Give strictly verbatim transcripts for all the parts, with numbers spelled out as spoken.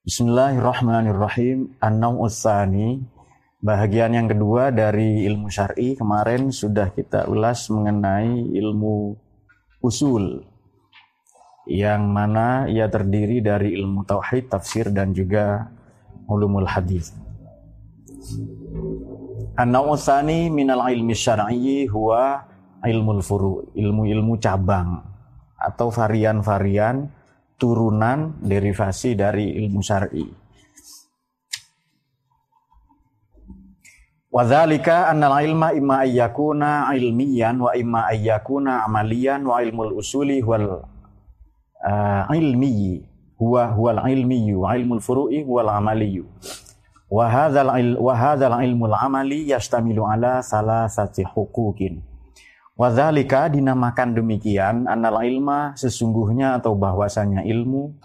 Bismillahirrahmanirrahim. An-Naw'us Tsani, bahagian yang kedua dari ilmu syar'i. Kemarin sudah kita ulas mengenai ilmu usul, yang mana ia terdiri dari ilmu tauhid, tafsir, dan juga ulumul hadis. An-Naw'us Tsani minal ilmi syar'i huwa ilmul furu', ilmu-ilmu cabang atau varian-varian turunan derivasi dari ilmu syar'i. Wa dzalika annal ilma imma ayyakuna ilmiyan wa imma ayyakuna amaliyan wa ilmul usuli wal uh, ilmi huwa huwal ilmi wa ilmul furu'i huwal amali. Wa hadzal wa hadzal ilmul amali yastamilu ala salasati huquqin. Wadzalika dinamakan demikian annal ilma sesungguhnya atau bahwasanya ilmu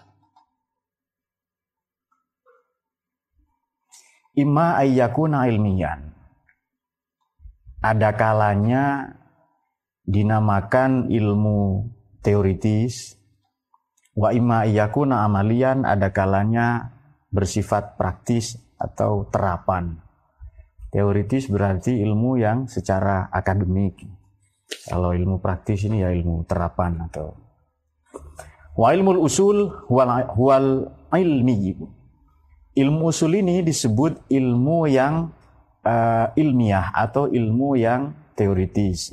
imma ayyakuna ilmiyan, ada kalanya dinamakan ilmu teoritis, wa imma ayyakuna amalian, ada kalanya bersifat praktis atau terapan. Teoritis berarti ilmu yang secara akademik. Kalau ilmu praktis ini ya ilmu terapan atau wa ilmul usul huwal, huwal ilmi. Ilmu usul ini disebut ilmu yang uh, ilmiah atau ilmu yang teoritis.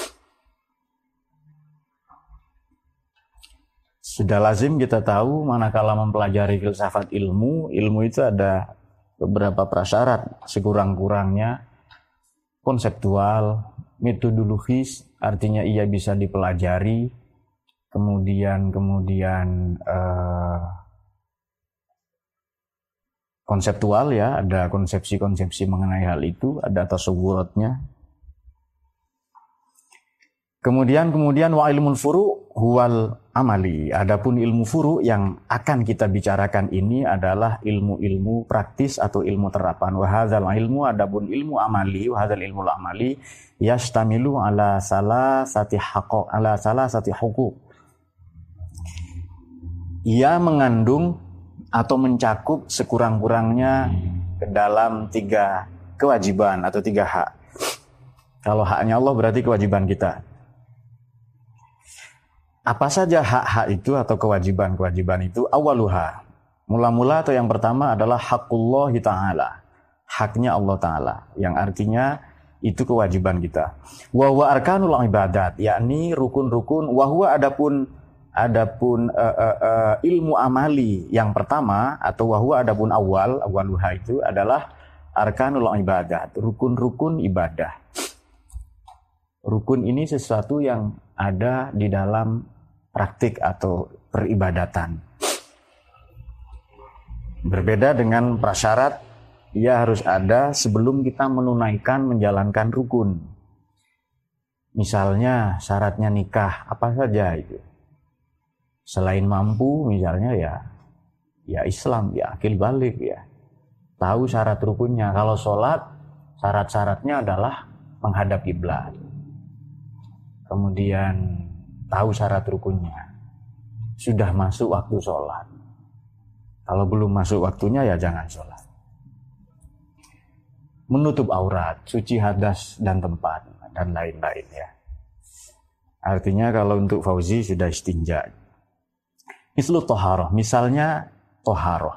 Sudah lazim kita tahu manakala mempelajari filsafat ilmu, ilmu itu ada beberapa prasyarat, sekurang-kurangnya konseptual, metodologis, artinya ia bisa dipelajari, kemudian kemudian eh, konseptual ya, ada konsepsi-konsepsi mengenai hal itu, ada tasawuratnya. Kemudian kemudian wa ilmul furu' huwal amali. Adapun ilmu furu' yang akan kita bicarakan ini adalah ilmu-ilmu praktis atau ilmu terapan. Wa hadzal ilmu, adapun ilmu amali, wa hadzal ilmu amali yastamilu ala salasati haqq ala salasati huquq. Ia mengandung atau mencakup sekurang-kurangnya ke dalam tiga kewajiban atau tiga hak. Kalau haknya Allah berarti kewajiban kita. Apa saja hak-hak itu atau kewajiban-kewajiban itu? Awaluha, mula-mula atau yang pertama adalah haqqullahi ta'ala, haknya Allah Ta'ala, yang artinya itu kewajiban kita. Wa huwa arkanul ibadat, yakni rukun-rukun. Wa huwa adapun adapun uh, uh, uh, ilmu amali yang pertama atau wa huwa adapun awal, awaluha itu adalah arkanul ibadat, rukun-rukun ibadah. Rukun ini sesuatu yang ada di dalam praktik atau peribadatan. Berbeda dengan prasyarat, ia harus ada sebelum kita menunaikan menjalankan rukun. Misalnya syaratnya nikah, apa saja itu? Selain mampu misalnya ya, ya Islam, ya akil balik ya. Tahu syarat rukunnya. Kalau sholat, syarat-syaratnya adalah menghadap kiblat. Kemudian tahu syarat rukunnya, sudah masuk waktu sholat. Kalau belum masuk waktunya ya jangan sholat. Menutup aurat, suci hadas dan tempat, dan lain-lain ya. Artinya kalau untuk Fauzi sudah istinja. Mislu toharoh, misalnya toharoh,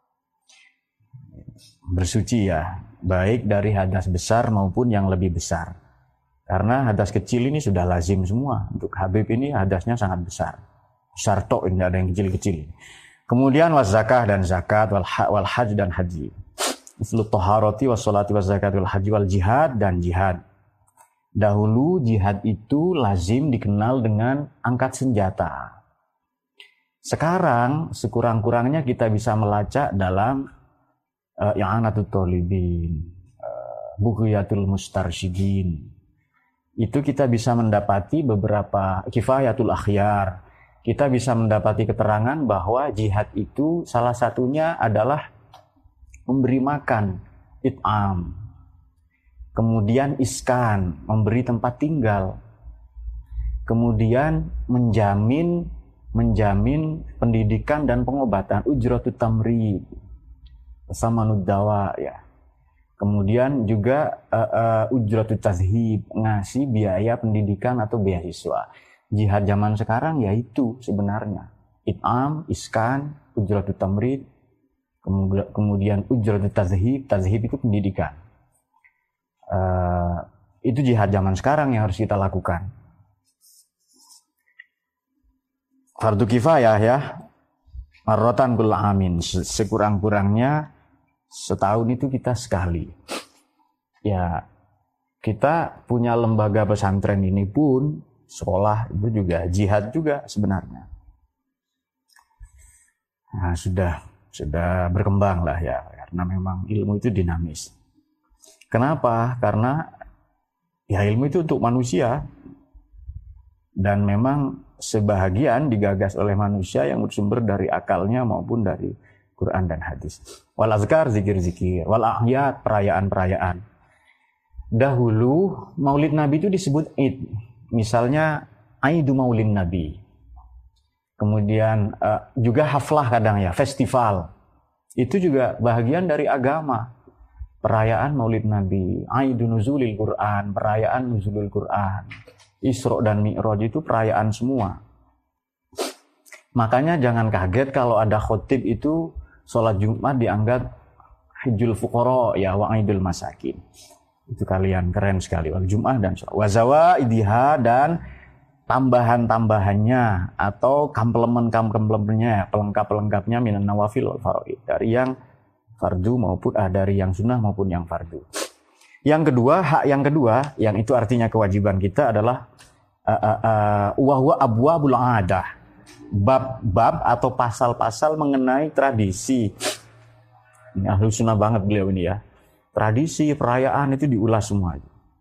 bersuci ya, baik dari hadas besar maupun yang lebih besar. Karena hadas kecil ini sudah lazim semua. Untuk Habib ini hadasnya sangat besar. Besar tok, tidak ada yang kecil-kecil. Kemudian was zakah dan zakat, wal, ha, wal haj dan haji. Mislu toharoti was sholati was zakat wal haji wal jihad dan jihad. Dahulu jihad itu lazim dikenal dengan angkat senjata. Sekarang sekurang-kurangnya kita bisa melacak dalam uh, i'anatut thalibin, uh, bughyatul mustarsyidin. Itu kita bisa mendapati beberapa kifayatul akhyar. Kita bisa mendapati keterangan bahwa jihad itu salah satunya adalah memberi makan, it'am. Kemudian iskan, memberi tempat tinggal. Kemudian menjamin menjamin pendidikan dan pengobatan, ujratut tamrid. Samanud dawa ya. Kemudian juga uh, uh, ujratut tazhib, ngasih biaya pendidikan atau beasiswa. Jihad zaman sekarang yaitu sebenarnya it'am, iskan, ujratut tamrid, kemudian, kemudian ujratut tazhib, tazhib itu pendidikan. Uh, itu jihad zaman sekarang yang harus kita lakukan. Fardu kifayah ya, marrotan kul amin, sekurang-kurangnya setahun itu kita sekali. Ya, kita punya lembaga pesantren ini pun, sekolah itu juga jihad juga sebenarnya. Nah, sudah sudah berkembang lah ya, karena memang ilmu itu dinamis. Kenapa? Karena ya ilmu itu untuk manusia, dan memang sebahagian digagas oleh manusia yang bersumber dari akalnya maupun dari Quran dan hadis. Wal azkar, zikir-zikir, wal a'yad, perayaan-perayaan. Dahulu Maulid Nabi itu disebut Id. Misalnya Aidu Maulid Nabi. Kemudian uh, juga haflah kadang ya, festival. Itu juga bahagian dari agama. Perayaan Maulid Nabi, Aidu Nuzulil Quran, perayaan Nuzulul Quran. Isra dan Mi'raj itu perayaan semua. Makanya jangan kaget kalau ada khotib itu sholat Jumat dianggap hijjul fuqara ya wa aidul masakin. Itu kalian keren sekali. Wal Jum'ah dan wazawa idiha dan tambahan-tambahannya atau komplemen-komplemennya, pelengkap-pelengkapnya minan nawafil wal faraid, dari yang fardu maupun ah, dari yang sunnah maupun yang fardu. Yang kedua, hak yang kedua, yang itu artinya kewajiban kita adalah wahwa abwabul adah. Bab-bab atau pasal-pasal mengenai tradisi. Ini ahlu sunnah banget beliau ini ya. Tradisi, perayaan itu diulas semua.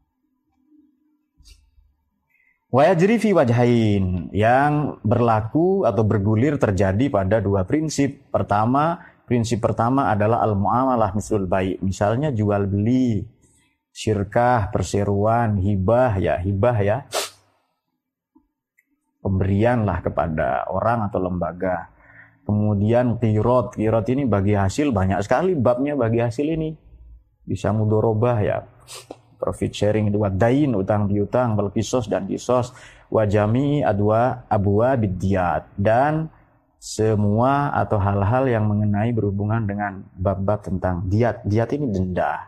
Wa yajri fi wajhain, yang berlaku atau bergulir terjadi pada dua prinsip. Pertama, prinsip pertama adalah al-muamalah mislul bai'. Misalnya jual beli, syirkah, perseroan, hibah ya, hibah ya. Pemberian lah kepada orang atau lembaga. Kemudian qirot, qirot ini bagi hasil, banyak sekali babnya bagi hasil ini. Bisa mudorobah ya, profit sharing itu, wadain, utang piutang, bal kisos dan kisos, wajami adwa abwa bidiyat, dan semua atau hal-hal yang mengenai berhubungan dengan bab-bab tentang diat. Diat ini denda.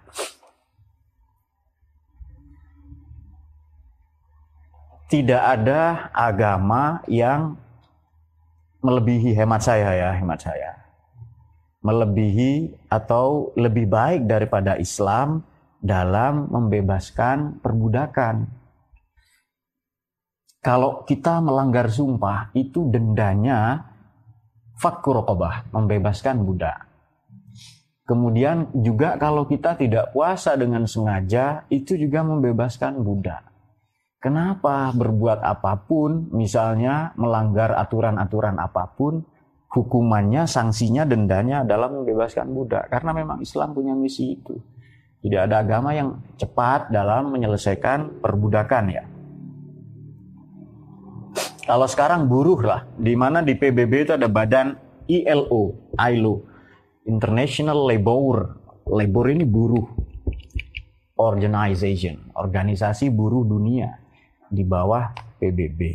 Tidak ada agama yang melebihi, hemat saya ya, hemat saya. Melebihi atau lebih baik daripada Islam dalam membebaskan perbudakan. Kalau kita melanggar sumpah, itu dendanya fakku raqabah, membebaskan budak. Kemudian juga kalau kita tidak puasa dengan sengaja, itu juga membebaskan budak. Kenapa berbuat apapun, misalnya melanggar aturan-aturan apapun, hukumannya, sanksinya, dendanya adalah membebaskan budak. Karena memang Islam punya misi itu. Tidak ada agama yang cepat dalam menyelesaikan perbudakan ya. Kalau sekarang buruh lah, di mana di P B B itu ada badan I L O, I L O, International Labor. Labor ini buruh. Organization, organisasi buruh dunia. Di bawah P B B.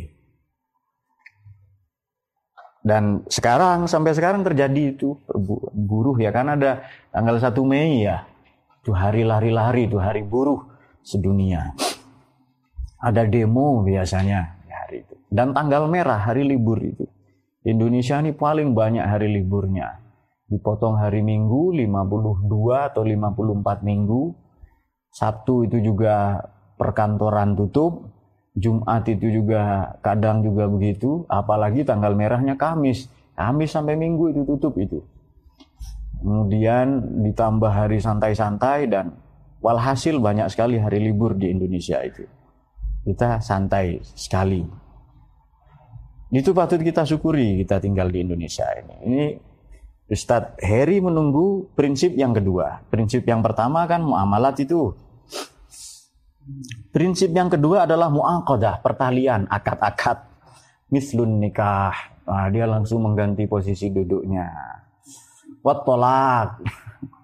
Dan sekarang, sampai sekarang terjadi itu buruh ya, kan ada tanggal satu Mei ya, itu hari lari-lari, itu hari buruh sedunia. Ada demo biasanya ya hari itu. Dan tanggal merah, hari libur itu. Indonesia ini paling banyak hari liburnya. Dipotong hari Minggu, lima puluh dua atau lima puluh empat minggu. Sabtu itu juga perkantoran tutup. Jumat itu juga kadang juga begitu, apalagi tanggal merahnya Kamis. Kamis sampai Minggu itu tutup itu. Kemudian ditambah hari santai-santai dan walhasil banyak sekali hari libur di Indonesia itu. Kita santai sekali. Itu patut kita syukuri kita tinggal di Indonesia ini. Ini Ustadz Heri menunggu prinsip yang kedua. Prinsip yang pertama kan muamalat itu. Prinsip yang kedua adalah mu'aqadah, pertalian, akad-akad. Mislun nikah. Nah, dia langsung mengganti posisi duduknya. Wat tolak.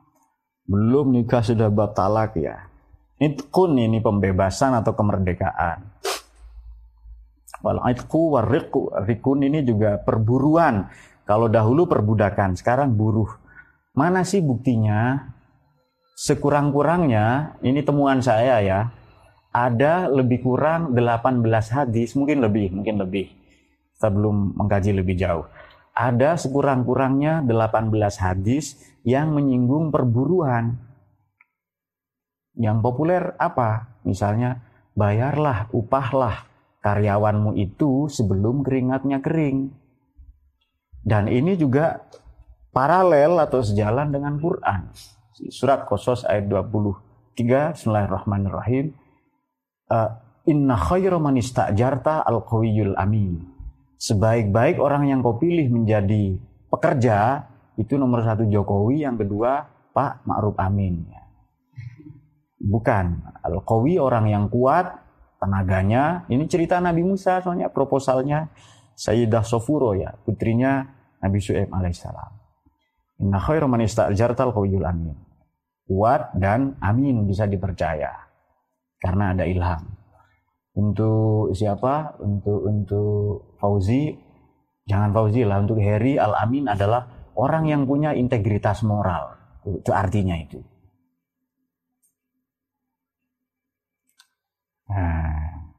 Belum nikah sudah bab talak ya. Itqun ini pembebasan atau kemerdekaan. Wal itqu war riqu, rikun ini juga perburuan. Kalau dahulu perbudakan, sekarang buruh. Mana sih buktinya? Sekurang-kurangnya, ini temuan saya ya, ada lebih kurang delapan belas hadis, mungkin lebih, mungkin lebih. Kita belum mengkaji lebih jauh. Ada sekurang-kurangnya delapan belas hadis yang menyinggung perburuan. Yang populer apa? Misalnya, bayarlah, upahlah karyawanmu itu sebelum keringatnya kering. Dan ini juga paralel atau sejalan dengan Quran. Surat Qasas ayat dua puluh tiga, Bismillahirrahmanirrahim. Uh, Inna khairu man ista'jarta al-qawiyyul amin. Sebaik-baik orang yang kau pilih menjadi pekerja, itu nomor satu Jokowi, yang kedua Pak Ma'ruf Amin. Bukan, al-qawi orang yang kuat, tenaganya. Ini cerita Nabi Musa, soalnya proposalnya Sayyidah Sofuro ya, putrinya Nabi Syuaib alaihissalam. Inna khairu man ista'jarta al-qawiyyul amin. Kuat dan amin, bisa dipercaya karena ada ilham. Untuk siapa? Untuk untuk Fauzi, jangan Fauzi lah. Untuk Heri, Al-Amin adalah orang yang punya integritas moral. Itu artinya itu. Nah,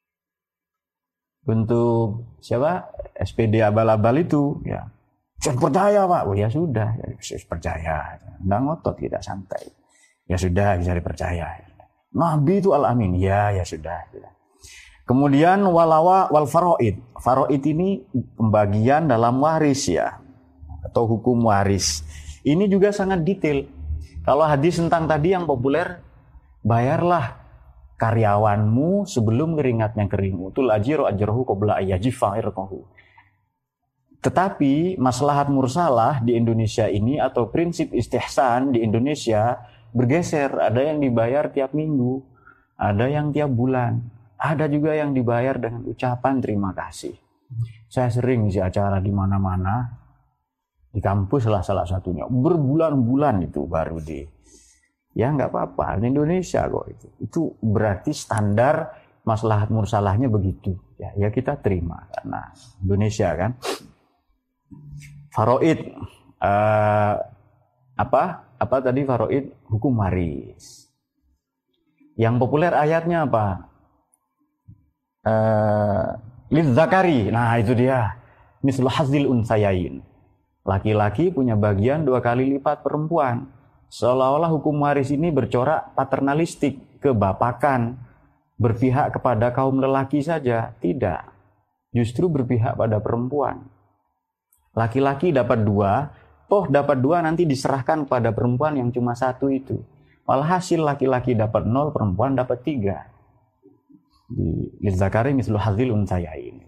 untuk siapa? S P D abal-abal itu ya. Saya percaya Pak, oh ya sudah, ya, saya percaya, nggak ngotot, kita santai, ya sudah bisa dipercaya. Nabi itu al-amin, ya ya sudah. Kemudian walawa wal faroid, faroid ini pembagian dalam waris ya, atau hukum waris. Ini juga sangat detail. Kalau hadis tentang tadi yang populer, bayarlah karyawanmu sebelum keringatnya kering. Utul ajiru ajrahu qabla ayyajifa irqahu. Tetapi maslahat mursalah di Indonesia ini atau prinsip istihsan di Indonesia bergeser. Ada yang dibayar tiap minggu, ada yang tiap bulan, ada juga yang dibayar dengan ucapan terima kasih. Saya sering isi acara di mana-mana, di kampus lah salah satunya, berbulan-bulan itu baru di, ya nggak apa-apa, di Indonesia kok itu. Itu berarti standar maslahat mursalahnya begitu. Ya, ya kita terima karena Indonesia kan. Faroid, uh, apa? Apa tadi faroid? Hukum waris. Yang populer ayatnya apa? Uh, Lidzakari. Nah itu dia. Mislu hazil unsayain. Laki-laki punya bagian dua kali lipat perempuan. Seolah-olah hukum waris ini bercorak paternalistik, kebapakan, berpihak kepada kaum lelaki saja. Tidak. Justru berpihak pada perempuan. Laki-laki dapat dua, toh dapat dua nanti diserahkan pada perempuan yang cuma satu itu. Walhasil laki-laki dapat nol, perempuan dapat tiga. Di Lidzakari mislu hazil unsayain.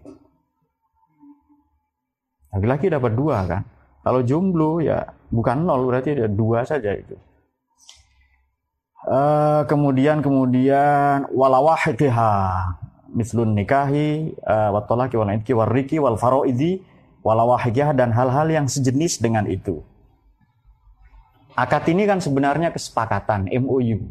Laki-laki dapat dua kan. Kalau jomblo ya bukan nol, berarti ada dua saja itu. Uh, kemudian kemudian walawahidha mislun nikahi uh, wat talaqi wal idki war riki wal faraidi walawahiyah dan hal-hal yang sejenis dengan itu. Akad ini kan sebenarnya kesepakatan, M O U.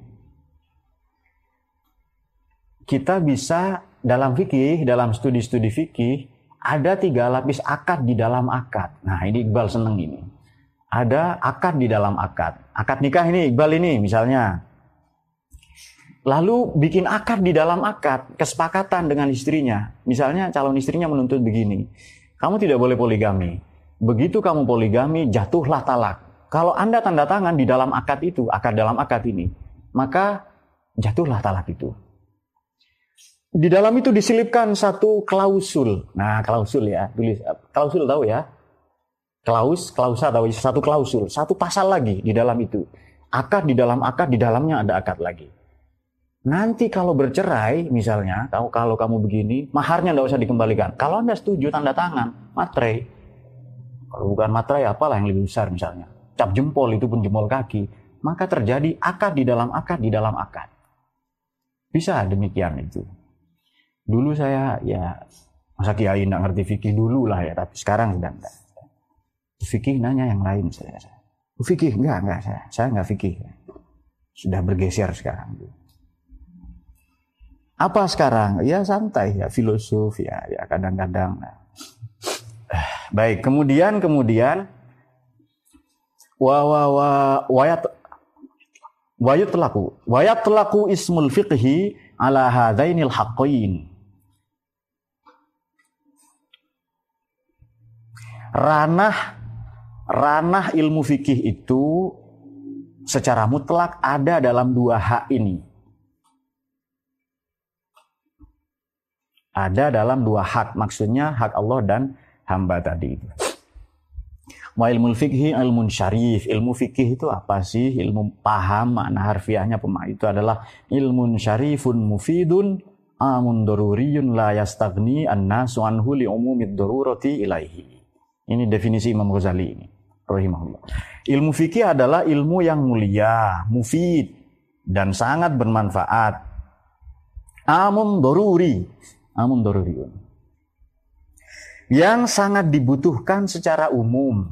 Kita bisa dalam fikih, dalam studi-studi fikih, ada tiga lapis akad di dalam akad. Nah ini Iqbal seneng ini. Ada akad di dalam akad. Akad nikah ini Iqbal ini misalnya. Lalu bikin akad di dalam akad, kesepakatan dengan istrinya. Misalnya calon istrinya menuntut begini. Kamu tidak boleh poligami. Begitu kamu poligami, jatuhlah talak. Kalau Anda tanda tangan di dalam akad itu, akad dalam akad ini, maka jatuhlah talak itu. Di dalam itu diselipkan satu klausul. Nah, klausul ya, tulis klausul tahu ya? Klaus, klausa tahu, satu klausul, satu pasal lagi di dalam itu. Akad di dalam akad, di dalamnya ada akad lagi. Nanti kalau bercerai, misalnya, kalau, kalau kamu begini, maharnya tidak usah dikembalikan. Kalau Anda setuju, tanda tangan, materai. Kalau bukan materai, apalah yang lebih besar misalnya. Cap jempol, itu pun jempol kaki. Maka terjadi akad di dalam akad, di dalam akad. Bisa demikian itu. Dulu saya, ya, masa kiai tidak ngerti fikih dulu lah ya, tapi sekarang sudah tidak. Fikih nanya yang lain saya. Fikih enggak, enggak saya. Saya enggak fikih. Sudah bergeser sekarang. Apa sekarang? Ya santai ya, filosof ya, ya kadang-kadang. Nah. Baik, kemudian kemudian wa wa wa wayat wayat telaku. Wayat telaku ismul fiqhi ala hadainil haqqain. Ranah ranah ilmu fikih itu secara mutlak ada dalam dua hak ini. Ada dalam dua hak, maksudnya hak Allah dan hamba tadi itu. Wa ilmu fikhi ilmun syarif. Ilmu fikih itu apa sih? Ilmu paham, makna harfiahnya itu adalah ilmun syarifun mufidun amun daruriyun la yastagni an-nasu anhu li umumid darurati ilaihi. Ini definisi Imam Ghazali ini, rahimahullah. Ilmu fikih adalah ilmu yang mulia, mufid, dan sangat bermanfaat. Amun daruri, amun daruriyun. Yang sangat dibutuhkan secara umum.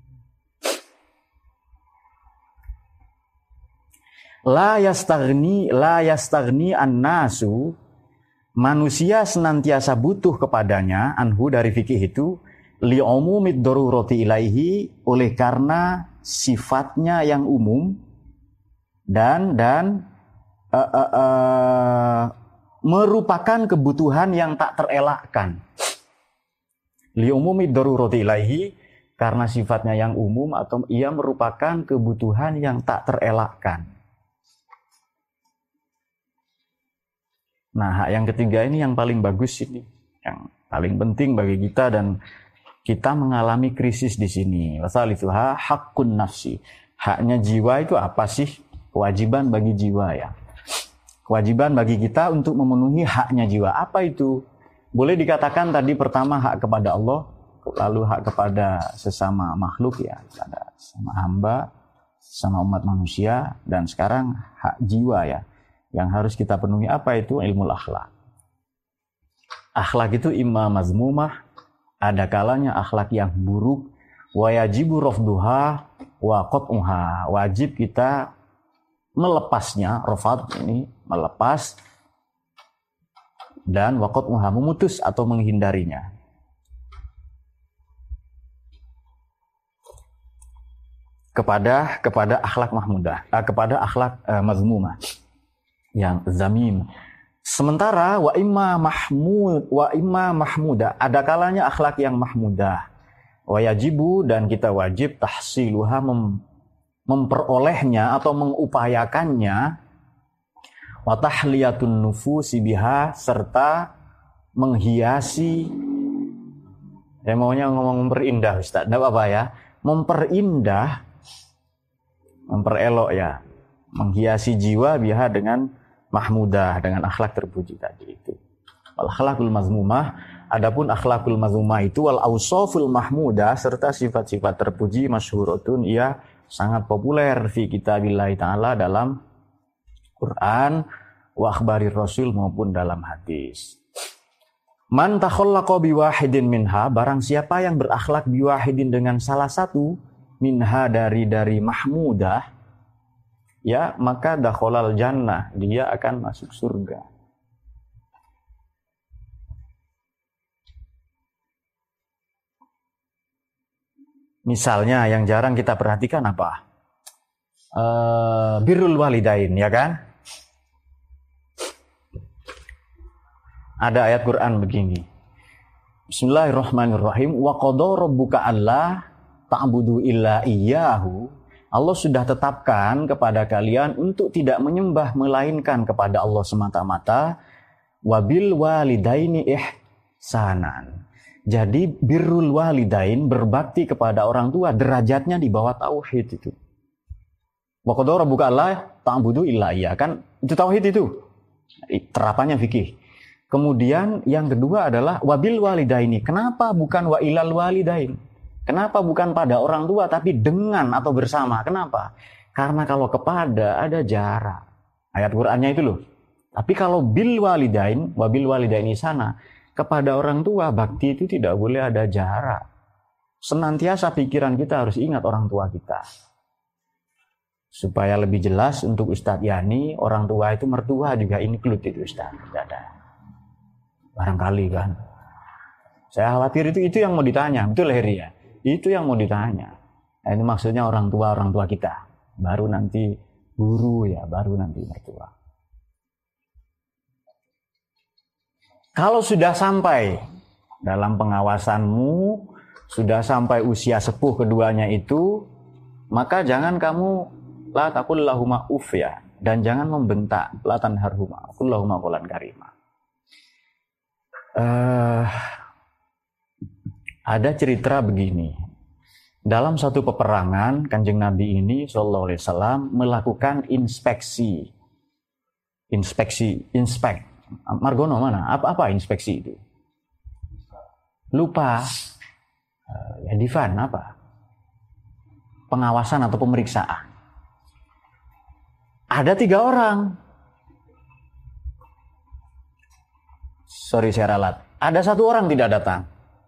La yastagni, la yastagni an-nasu, manusia senantiasa butuh kepadanya, anhu dari fikih itu, li umumid darurati ilaihi, oleh karena sifatnya yang umum dan dan uh, uh, uh, merupakan kebutuhan yang tak terelakkan. Li umumid darurati ilaihi, karena sifatnya yang umum atau ia merupakan kebutuhan yang tak terelakkan. Nah, hak yang ketiga ini yang paling bagus ini, yang paling penting bagi kita, dan kita mengalami krisis di sini. Wasalithuha haqqun nafsi. Haknya jiwa itu apa sih? Kewajiban bagi jiwa ya. Kewajiban bagi kita untuk memenuhi haknya jiwa. Apa itu? Boleh dikatakan tadi pertama hak kepada Allah, lalu hak kepada sesama makhluk ya, kepada sesama hamba, sama umat manusia, dan sekarang hak jiwa ya. Yang harus kita penuhi apa itu? Ilmu akhlak. Akhlak itu imma mazmumah, ada kalanya akhlak yang buruk, wa yajibu rafduha wa qat'uha. Wajib kita melepasnya, rafad ini melepas, dan wa qat'uha memutus atau menghindarinya. Kepada kepada akhlak mahmudah, eh, kepada akhlak eh, mazmumah yang zamim. Sementara wa imma mahmud wa imma mahmuda, ada kalanya akhlak yang mahmudah. Wa yajibu, dan kita wajib tahsiluha, mem, memperolehnya atau mengupayakannya. Wa tahliyatun nufusi biha, serta menghiasi. Saya maunya ngomong memperindah Ustaz, enggak apa-apa ya. Memperindah, memperelok ya. Menghiasi jiwa biha dengan mahmudah, dengan akhlak terpuji tadi itu. Wal akhlakul mazmumah, adapun akhlakul mazmumah itu wal ausaful mahmudah, serta sifat-sifat terpuji masyhuratun, ia sangat populer fi kitabillah taala, dalam Quran wa akhbarir rasul maupun dalam hadis. Man takhallaqa biwahidin minha, barang siapa yang berakhlak biwahidin dengan salah satu minha dari dari mahmudah, ya, maka dakhalal jannah, dia akan masuk surga. Misalnya yang jarang kita perhatikan apa? Uh, birrul walidain, ya kan? Ada ayat Quran begini. Bismillahirrahmanirrahim. Wa qada rabbuka alla ta'budu illa iyyahu. Allah sudah tetapkan kepada kalian untuk tidak menyembah melainkan kepada Allah semata-mata. Wabil walidaini ihsanan. Jadi birrul walidain, berbakti kepada orang tua, derajatnya di bawah tauhid itu. Wa qada rabbuka alla ta'budu illa iyyah, kan itu tauhid itu. Terapannya fikih. Kemudian yang kedua adalah wabil walidaini. Kenapa bukan wa ilal walidain? Kenapa bukan pada orang tua tapi dengan atau bersama? Kenapa? Karena kalau kepada ada jarak. Ayat Qur'annya itu loh. Tapi kalau bil walidain, wabil walidaini sana, kepada orang tua bakti itu tidak boleh ada jarak. Senantiasa pikiran kita harus ingat orang tua kita. Supaya lebih jelas untuk Ustadz Yani, orang tua itu mertua juga include itu Ustadz. Tidak ada. Barangkali kan. Saya khawatir itu itu yang mau ditanya. Betul Heri ya? Itu yang mau ditanya. Nah, ini maksudnya orang tua orang tua kita. Baru nanti guru ya, baru nanti mertua. Kalau sudah sampai dalam pengawasanmu, sudah sampai usia sepuh keduanya itu, maka jangan kamu la taqul lahuma uff ya, dan jangan membentak, la tanharhuma, qul lahuma qawlan karima. Uh, ada cerita begini. Dalam satu peperangan, Kanjeng Nabi ini sallallahu alaihi wasallam melakukan inspeksi. Inspeksi, inspek. Margono mana? Apa apa inspeksi itu? Lupa. Uh, ya Divan apa? Pengawasan atau pemeriksaan. Ada tiga orang. Sorry saya ralat. Ada satu orang tidak datang.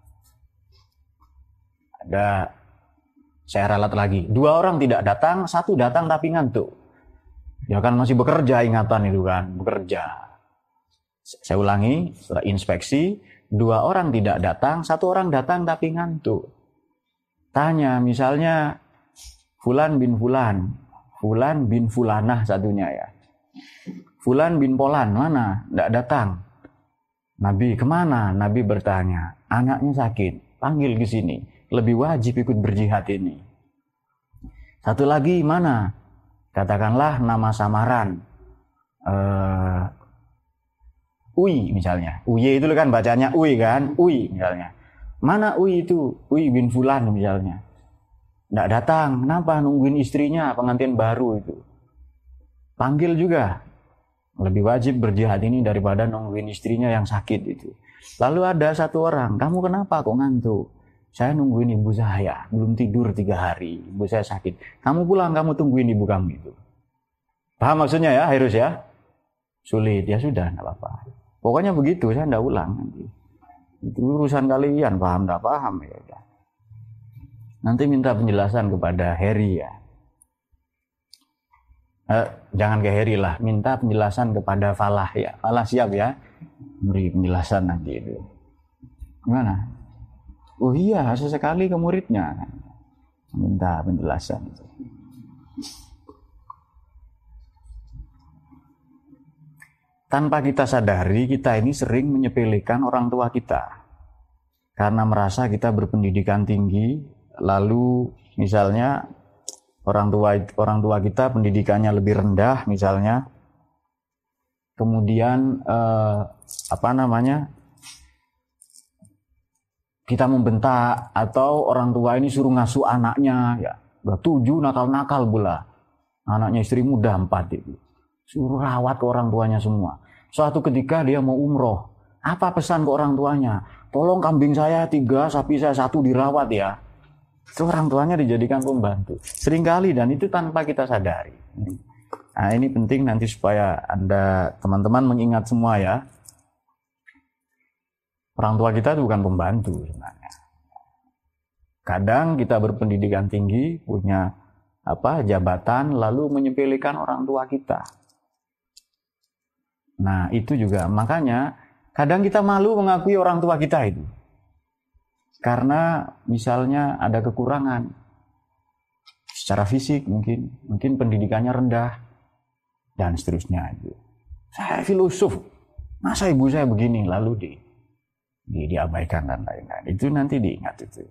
Ada, saya ralat lagi. Dua orang tidak datang, satu datang tapi ngantuk. Ya kan masih bekerja, ingatan itu kan, bekerja. Saya ulangi, setelah inspeksi, dua orang tidak datang, satu orang datang tapi ngantuk. Tanya misalnya, Fulan bin Fulan, Fulan bin Fulanah satunya ya. Fulan bin Polan, mana? Tidak datang. Nabi, kemana? Nabi bertanya, anaknya sakit, panggil ke sini. Lebih wajib ikut berjihad ini. Satu lagi, mana? Katakanlah nama samaran. Uh, Ui misalnya. Uye itu kan bacanya Ui kan? Ui misalnya. Mana Ui itu? Ui bin Fulan misalnya. Nggak datang, kenapa? Nungguin istrinya, pengantin baru itu. Panggil juga. Lebih wajib berjihad ini daripada nungguin istrinya yang sakit itu. Lalu ada satu orang, kamu kenapa kok ngantuk? Saya nungguin ibu saya, belum tidur tiga hari, ibu saya sakit. Kamu pulang, kamu tungguin ibu kamu itu. Paham maksudnya ya, Harus ya? Sulit, ya sudah, nggak apa-apa. Pokoknya begitu, saya nggak ulang nanti. Itu urusan kalian, paham nggak paham ya udah. Nanti minta penjelasan kepada Heri ya. Eh, jangan ke Heri lah, minta penjelasan kepada Falah ya. Falah siap ya, beri penjelasan nanti itu. Gimana? Oh iya, sesekali ke muridnya. Minta penjelasan. Tanpa kita sadari, kita ini sering menyepelekan orang tua kita. Karena merasa kita berpendidikan tinggi, lalu misalnya orang tua orang tua kita pendidikannya lebih rendah misalnya, kemudian eh, apa namanya kita membentak atau orang tua ini suruh ngasuh anaknya ya, udah tujuh nakal-nakal pula, anaknya istri muda empat itu, suruh rawat ke orang tuanya semua. Suatu ketika dia mau umroh, apa pesan ke orang tuanya? Tolong kambing saya tiga, sapi saya satu dirawat ya. Itu orang tuanya dijadikan pembantu. Seringkali dan itu tanpa kita sadari. Nah ini penting nanti supaya Anda teman-teman mengingat semua ya. Orang tua kita itu bukan pembantu sebenarnya. Kadang kita berpendidikan tinggi, punya apa jabatan, lalu menyepelekan orang tua kita. Nah itu juga makanya kadang kita malu mengakui orang tua kita itu. Karena misalnya ada kekurangan secara fisik mungkin, mungkin pendidikannya rendah dan seterusnya. Saya filosof, masa ibu saya begini lalu di, di diabaikan dan lain-lain. Itu nanti diingat itu.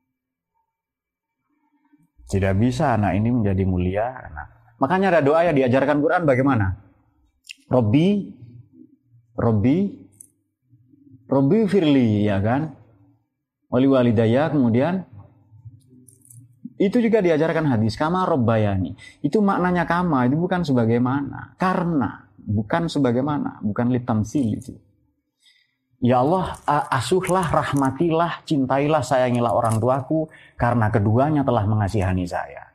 Tidak bisa anak ini menjadi mulia. Nah, makanya ada doa yang diajarkan Quran bagaimana? Robbi, Robbi, Robbi firli ya kan? Wali walidaya, kemudian itu juga diajarkan hadis kama robbayani. Itu maknanya kama, itu bukan sebagaimana, karena bukan sebagaimana, bukan litamsil itu. Ya Allah, asuhlah, rahmatilah, cintailah, sayangilah orang tuaku karena keduanya telah mengasihani saya.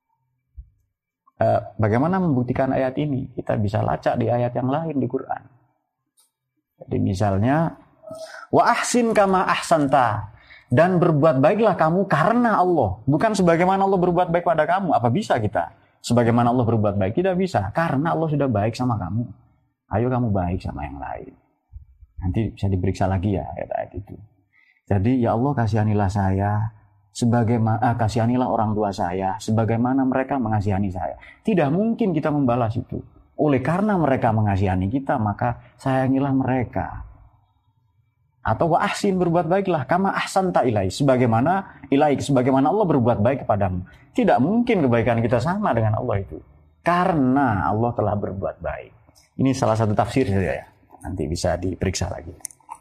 Bagaimana membuktikan ayat ini? Kita bisa lacak di ayat yang lain di Quran. Jadi misalnya wa ahsin kama ahsanta, dan berbuat baiklah kamu karena Allah, bukan sebagaimana Allah berbuat baik pada kamu. Apa bisa kita sebagaimana Allah berbuat baik. Tidak bisa, karena Allah sudah baik sama kamu. Ayo kamu baik sama yang lain. Nanti bisa diperiksa lagi ya ayat-ayat itu. Jadi ya Allah kasihanilah saya, sebagaimana ah, kasihanilah orang tua saya, sebagaimana mereka mengasihani saya. Tidak mungkin kita membalas itu. Oleh karena mereka mengasihani kita, maka sayangilah mereka. Atau wa ahsin, berbuat baiklah, kama ahsanta ilai, sebagaimana ilaik, sebagaimana Allah berbuat baik kepadamu. Tidak mungkin kebaikan kita sama dengan Allah itu, karena Allah telah berbuat baik. Ini salah satu tafsir saja ya. Nanti bisa diperiksa lagi.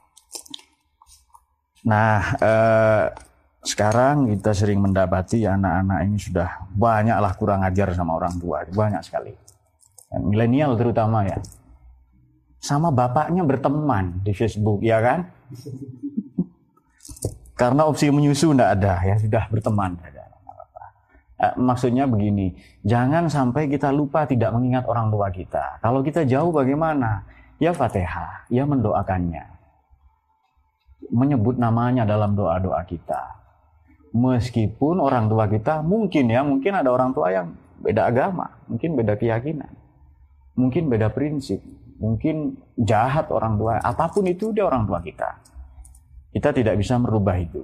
Nah, eh, sekarang kita sering mendapati anak-anak ini sudah banyaklah kurang ajar sama orang tua, banyak sekali. Milenial terutama ya, sama bapaknya berteman di Facebook, ya kan? Karena opsi menyusu tidak ada, ya sudah berteman saja. Eh, maksudnya begini, jangan sampai kita lupa tidak mengingat orang tua kita. Kalau kita jauh bagaimana? Ya Fatihah, ya mendoakannya, menyebut namanya dalam doa-doa kita. Meskipun orang tua kita mungkin ya, mungkin ada orang tua yang beda agama, mungkin beda keyakinan, mungkin beda prinsip, mungkin jahat orang tua, apapun itu dia orang tua kita. Kita tidak bisa merubah itu.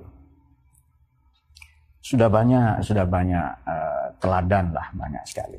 Sudah banyak, sudah banyak uh, teladan lah, banyak sekali.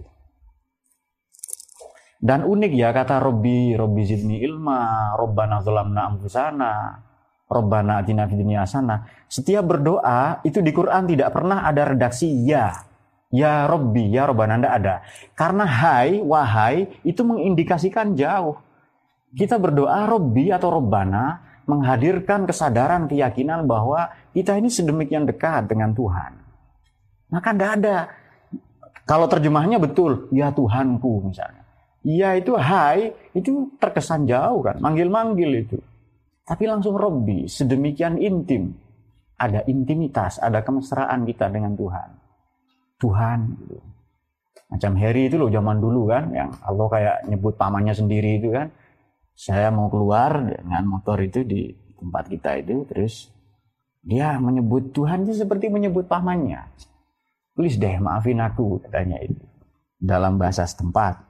Dan unik ya kata Robbi, Robbi zidni ilma, Robbana zolamna anfusana, Robbana atina fid dunya hasanah. Setiap berdoa itu di Quran tidak pernah ada redaksi ya. Ya Robbi, ya Robbana, tidak ada. Karena hai, wahai itu mengindikasikan jauh. Kita berdoa Robbi atau Robbana menghadirkan kesadaran, keyakinan bahwa kita ini sedemikian dekat dengan Tuhan. Maka tidak ada. Kalau terjemahnya betul, ya Tuhanku misalnya. Ya itu hai, itu terkesan jauh kan, manggil-manggil itu. Tapi langsung Robbi, sedemikian intim. Ada intimitas, ada kemesraan kita dengan Tuhan. Tuhan gitu. Macam Harry itu loh zaman dulu kan, yang Allah kayak nyebut pamannya sendiri itu kan. Saya mau keluar dengan motor itu di tempat kita itu, terus dia menyebut Tuhan itu seperti menyebut pamannya. Please deh maafin aku, katanya itu. Dalam bahasa setempat.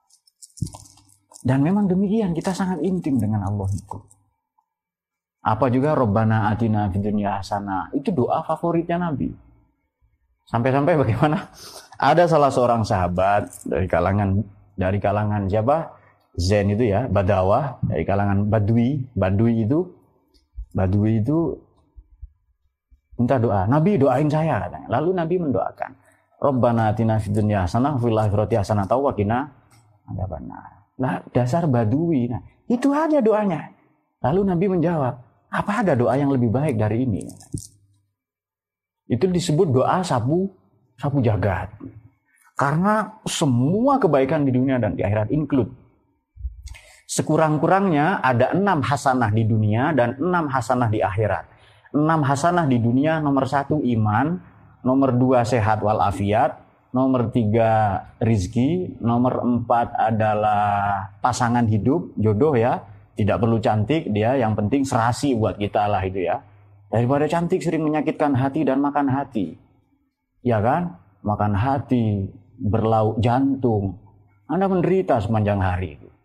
Dan memang demikian, kita sangat intim dengan Allah itu. Apa juga Robbana atina fid dunya hasanah, itu doa favoritnya Nabi. Sampai-sampai bagaimana? Ada salah seorang sahabat dari kalangan dari kalangan siapa? Zen itu ya, Badawah, dari kalangan Badui, Badui itu Badui itu minta doa. Nabi doain saya katanya. Lalu Nabi mendoakan, Robbana atina fid dunya hasanah fil akhirati hasanah wa qina adzabannar. Nah, dasar Badui. Nah, itu aja doanya. Lalu Nabi menjawab, apa ada doa yang lebih baik dari ini? Itu disebut doa sapu sapu jagat. Karena semua kebaikan di dunia dan di akhirat include. Sekurang-kurangnya ada enam hasanah di dunia dan enam hasanah di akhirat. Enam hasanah di dunia, nomor satu iman, nomor dua sehat walafiat, nomor tiga rizki, nomor empat adalah pasangan hidup, jodoh ya. Tidak perlu cantik dia, yang penting serasi buat kita lah itu ya. Daripada cantik sering menyakitkan hati dan makan hati. Ya kan? Makan hati, berlauk jantung. Anda menderita sepanjang hari itu.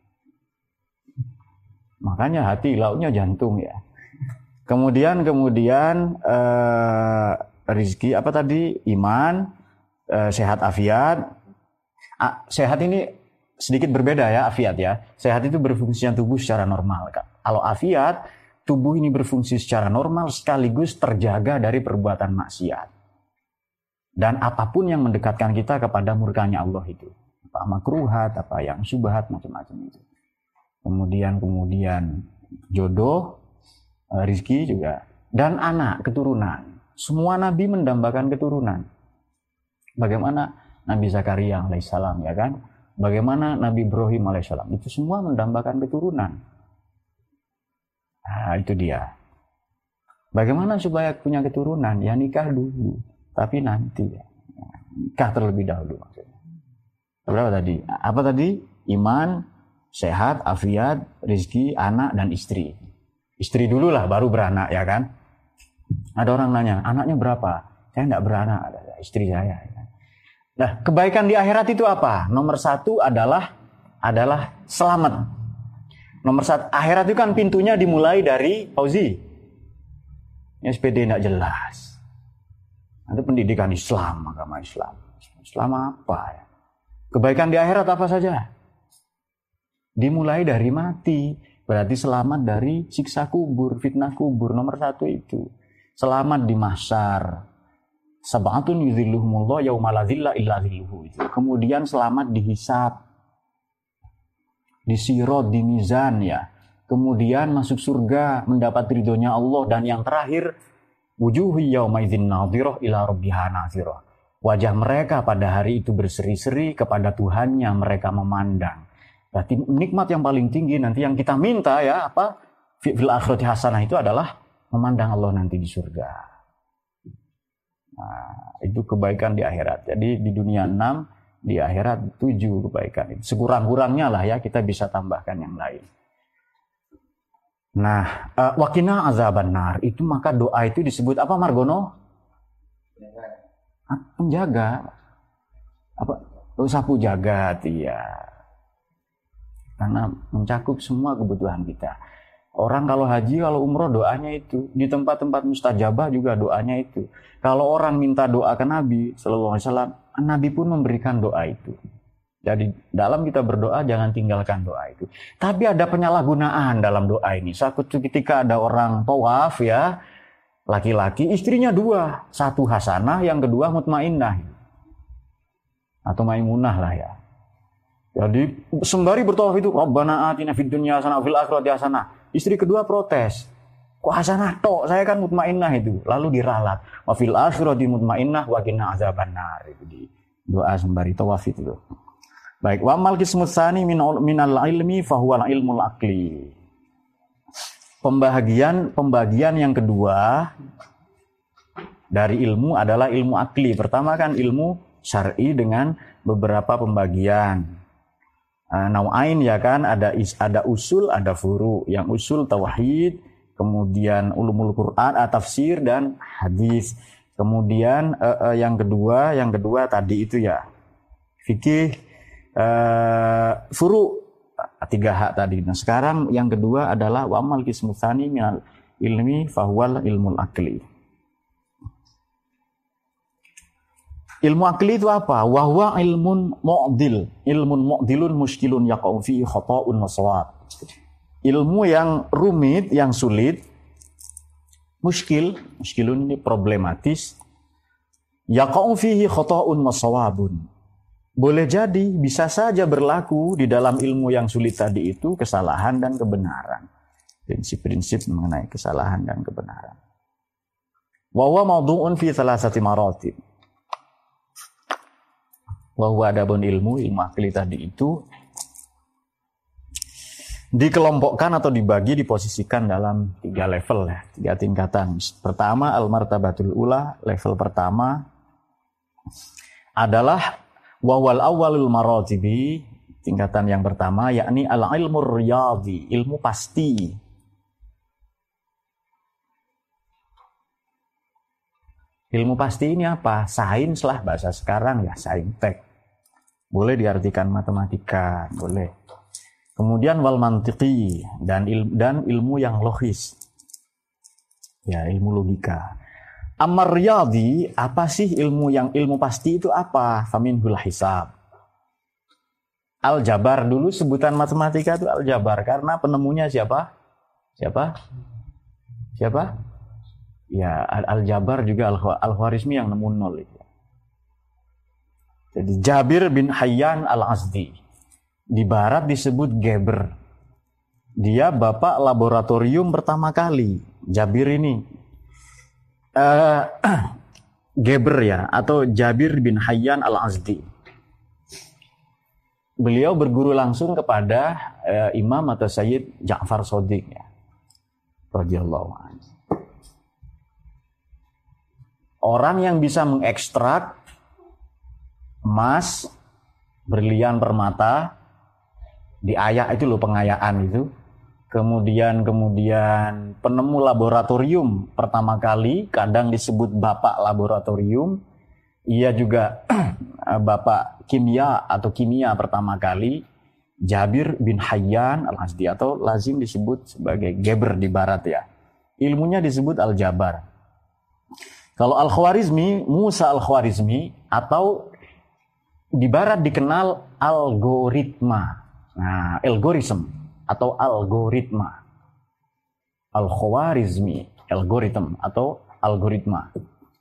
Makanya hati, lauknya jantung ya. Kemudian kemudian eh, rizki apa tadi? Iman, eh, sehat afiat. Ah, sehat ini sedikit berbeda ya, afiat ya. Sehat itu berfungsinya tubuh secara normal. Kalau afiat, tubuh ini berfungsi secara normal sekaligus terjaga dari perbuatan maksiat. Dan apapun yang mendekatkan kita kepada murkanya Allah itu. Apa makruhat, apa yang syubhat, macam-macam itu. Kemudian kemudian jodoh, rizki juga, dan anak, keturunan. Semua nabi mendambakan keturunan. Bagaimana Nabi Zakaria alaihissalam ya kan? Bagaimana Nabi Ibrahim alaihissalam, itu semua mendambakan keturunan. Nah, itu dia. Bagaimana supaya punya keturunan? Ya nikah dulu, tapi nanti ya. Nikah terlebih dahulu maksudnya. Berapa tadi? Apa tadi? Iman, sehat, afiat, rizki, anak, dan istri. Istri dulu lah, baru beranak ya kan? Ada orang nanya, anaknya berapa? Saya enggak beranak, ada istri saya. Ya. Nah, kebaikan di akhirat itu apa? Nomor satu adalah adalah selamat. Nomor satu, akhirat itu kan pintunya dimulai dari Fauzi. S P D tidak jelas. Ada pendidikan Islam, agama Islam. Islam apa ya? Kebaikan di akhirat apa saja? Dimulai dari mati. Berarti selamat dari siksa kubur, fitnah kubur. Nomor satu itu. Selamat di mahsyar. Sab'atun yuzilluhumullah yauma la zilla illa zilluhu. Kemudian selamat di hisab. Di sirat, di mizan ya. Kemudian masuk surga, mendapat ridhonya Allah. Dan yang terakhir, wujuhi yauma idzin nadhirah ila rabbiha nadhirah. Wajah mereka pada hari itu berseri-seri kepada Tuhannya mereka memandang. Berarti nikmat yang paling tinggi nanti yang kita minta ya apa? Fil akhirati hasanah itu adalah memandang Allah nanti di surga. Nah, itu kebaikan di akhirat. Jadi di dunia enam, di akhirat tujuh kebaikan. Sekurang-kurangnya lah ya kita bisa tambahkan yang lain. Nah, uh, wakina azaban nar itu maka doa itu disebut apa Margono? Penjaga. Apa? Sapu jagat ya. Karena mencakup semua kebutuhan kita. Orang kalau haji, kalau umroh doanya itu. Di tempat-tempat mustajabah juga doanya itu. Kalau orang minta doa ke Nabi sallallahu alaihi wasallam, Nabi pun memberikan doa itu. Jadi dalam kita berdoa jangan tinggalkan doa itu. Tapi ada penyalahgunaan dalam doa ini. Suatu ketika ada orang tawaf ya, laki-laki istrinya dua, satu hasanah, yang kedua mutmainnah atau maimunah lah ya. Jadi sembari bertawaf itu Rabbana atina fid dunya hasanah fil akhirati hasanah. Istri kedua protes. Kok hasanah tok? Saya kan mutmainnah itu. Lalu diralat. Wa fil akhirati mutmainnah wa qina azabannar. Itu di doa sembari tawaf itu loh. Baik, wa amal qismus tsani min minal ilmi fa huwa ilmul aqli. Pembagian pembagian yang kedua dari ilmu adalah ilmu akli. Pertama kan ilmu syar'i dengan beberapa pembagian. Uh, Nau'ain ya kan, ada is, ada usul, ada furu. Yang usul tauhid, kemudian ulumul Quran, tafsir dan hadis. Kemudian uh, uh, yang kedua, yang kedua tadi itu ya fikih, uh, furu, tiga hak tadi. Nah sekarang yang kedua adalah wa'amal qismu tsani minal ilmi fahuwal ilmul akli. Ilmu akli itu apa? Wahwa ilmun mu'dil. Ilmun mu'dilun muskilun yaqa'u fihi khata'un wa shawab. Ilmu yang rumit, yang sulit, muskil, muskilun ini problematis. Yaqa'u fihi khata'un wa shawabun. Boleh jadi, bisa saja berlaku di dalam ilmu yang sulit tadi itu kesalahan dan kebenaran. Prinsip-prinsip mengenai kesalahan dan kebenaran. Wa huwa mawdu'un fi thalathati maratib. Bahwa adapun ilmu, ilmu akli tadi itu dikelompokkan atau dibagi, diposisikan dalam tiga level ya, tiga tingkatan. Pertama, al-martabatul ula, level pertama adalah wawal awalul maratibi, tingkatan yang pertama yakni al-ilmu riyadhi, ilmu pasti. Ilmu pasti ini apa? Sains lah bahasa sekarang ya, saintek. Boleh diartikan matematika, boleh. Kemudian wal mantiqi dan ilmu, dan ilmu yang logis. Ya, ilmu logika. Amar riyadhi, apa sih ilmu yang ilmu pasti itu apa? Faminhul hisab. Aljabar dulu sebutan matematika itu aljabar karena penemunya siapa? Siapa? Siapa? Ya, aljabar juga al-Khwarizmi yang nemu nol itu. Jadi Jabir bin Hayyan al-Azdi. Di barat disebut Geber. Dia bapak laboratorium pertama kali. Jabir ini. Uh, Geber ya. Atau Jabir bin Hayyan al-Azdi. Beliau berguru langsung kepada uh, Imam atau Sayyid Ja'far Shadiq ya. Radhiyallahu anhu. Orang yang bisa mengekstrak emas, berlian, permata, diayak itu loh, pengayaan itu. Kemudian kemudian penemu laboratorium pertama kali, kadang disebut bapak laboratorium, ia juga bapak kimia atau kimia pertama kali, Jabir bin Hayyan Al-Azdi, atau lazim disebut sebagai Geber di barat ya. Ilmunya disebut Al-Jabar. Kalau Al-Khwarizmi, Musa Al-Khwarizmi, atau di barat dikenal algoritma. Nah, algoritm atau algoritma. Al-Khwarizmi, algoritm atau algoritma.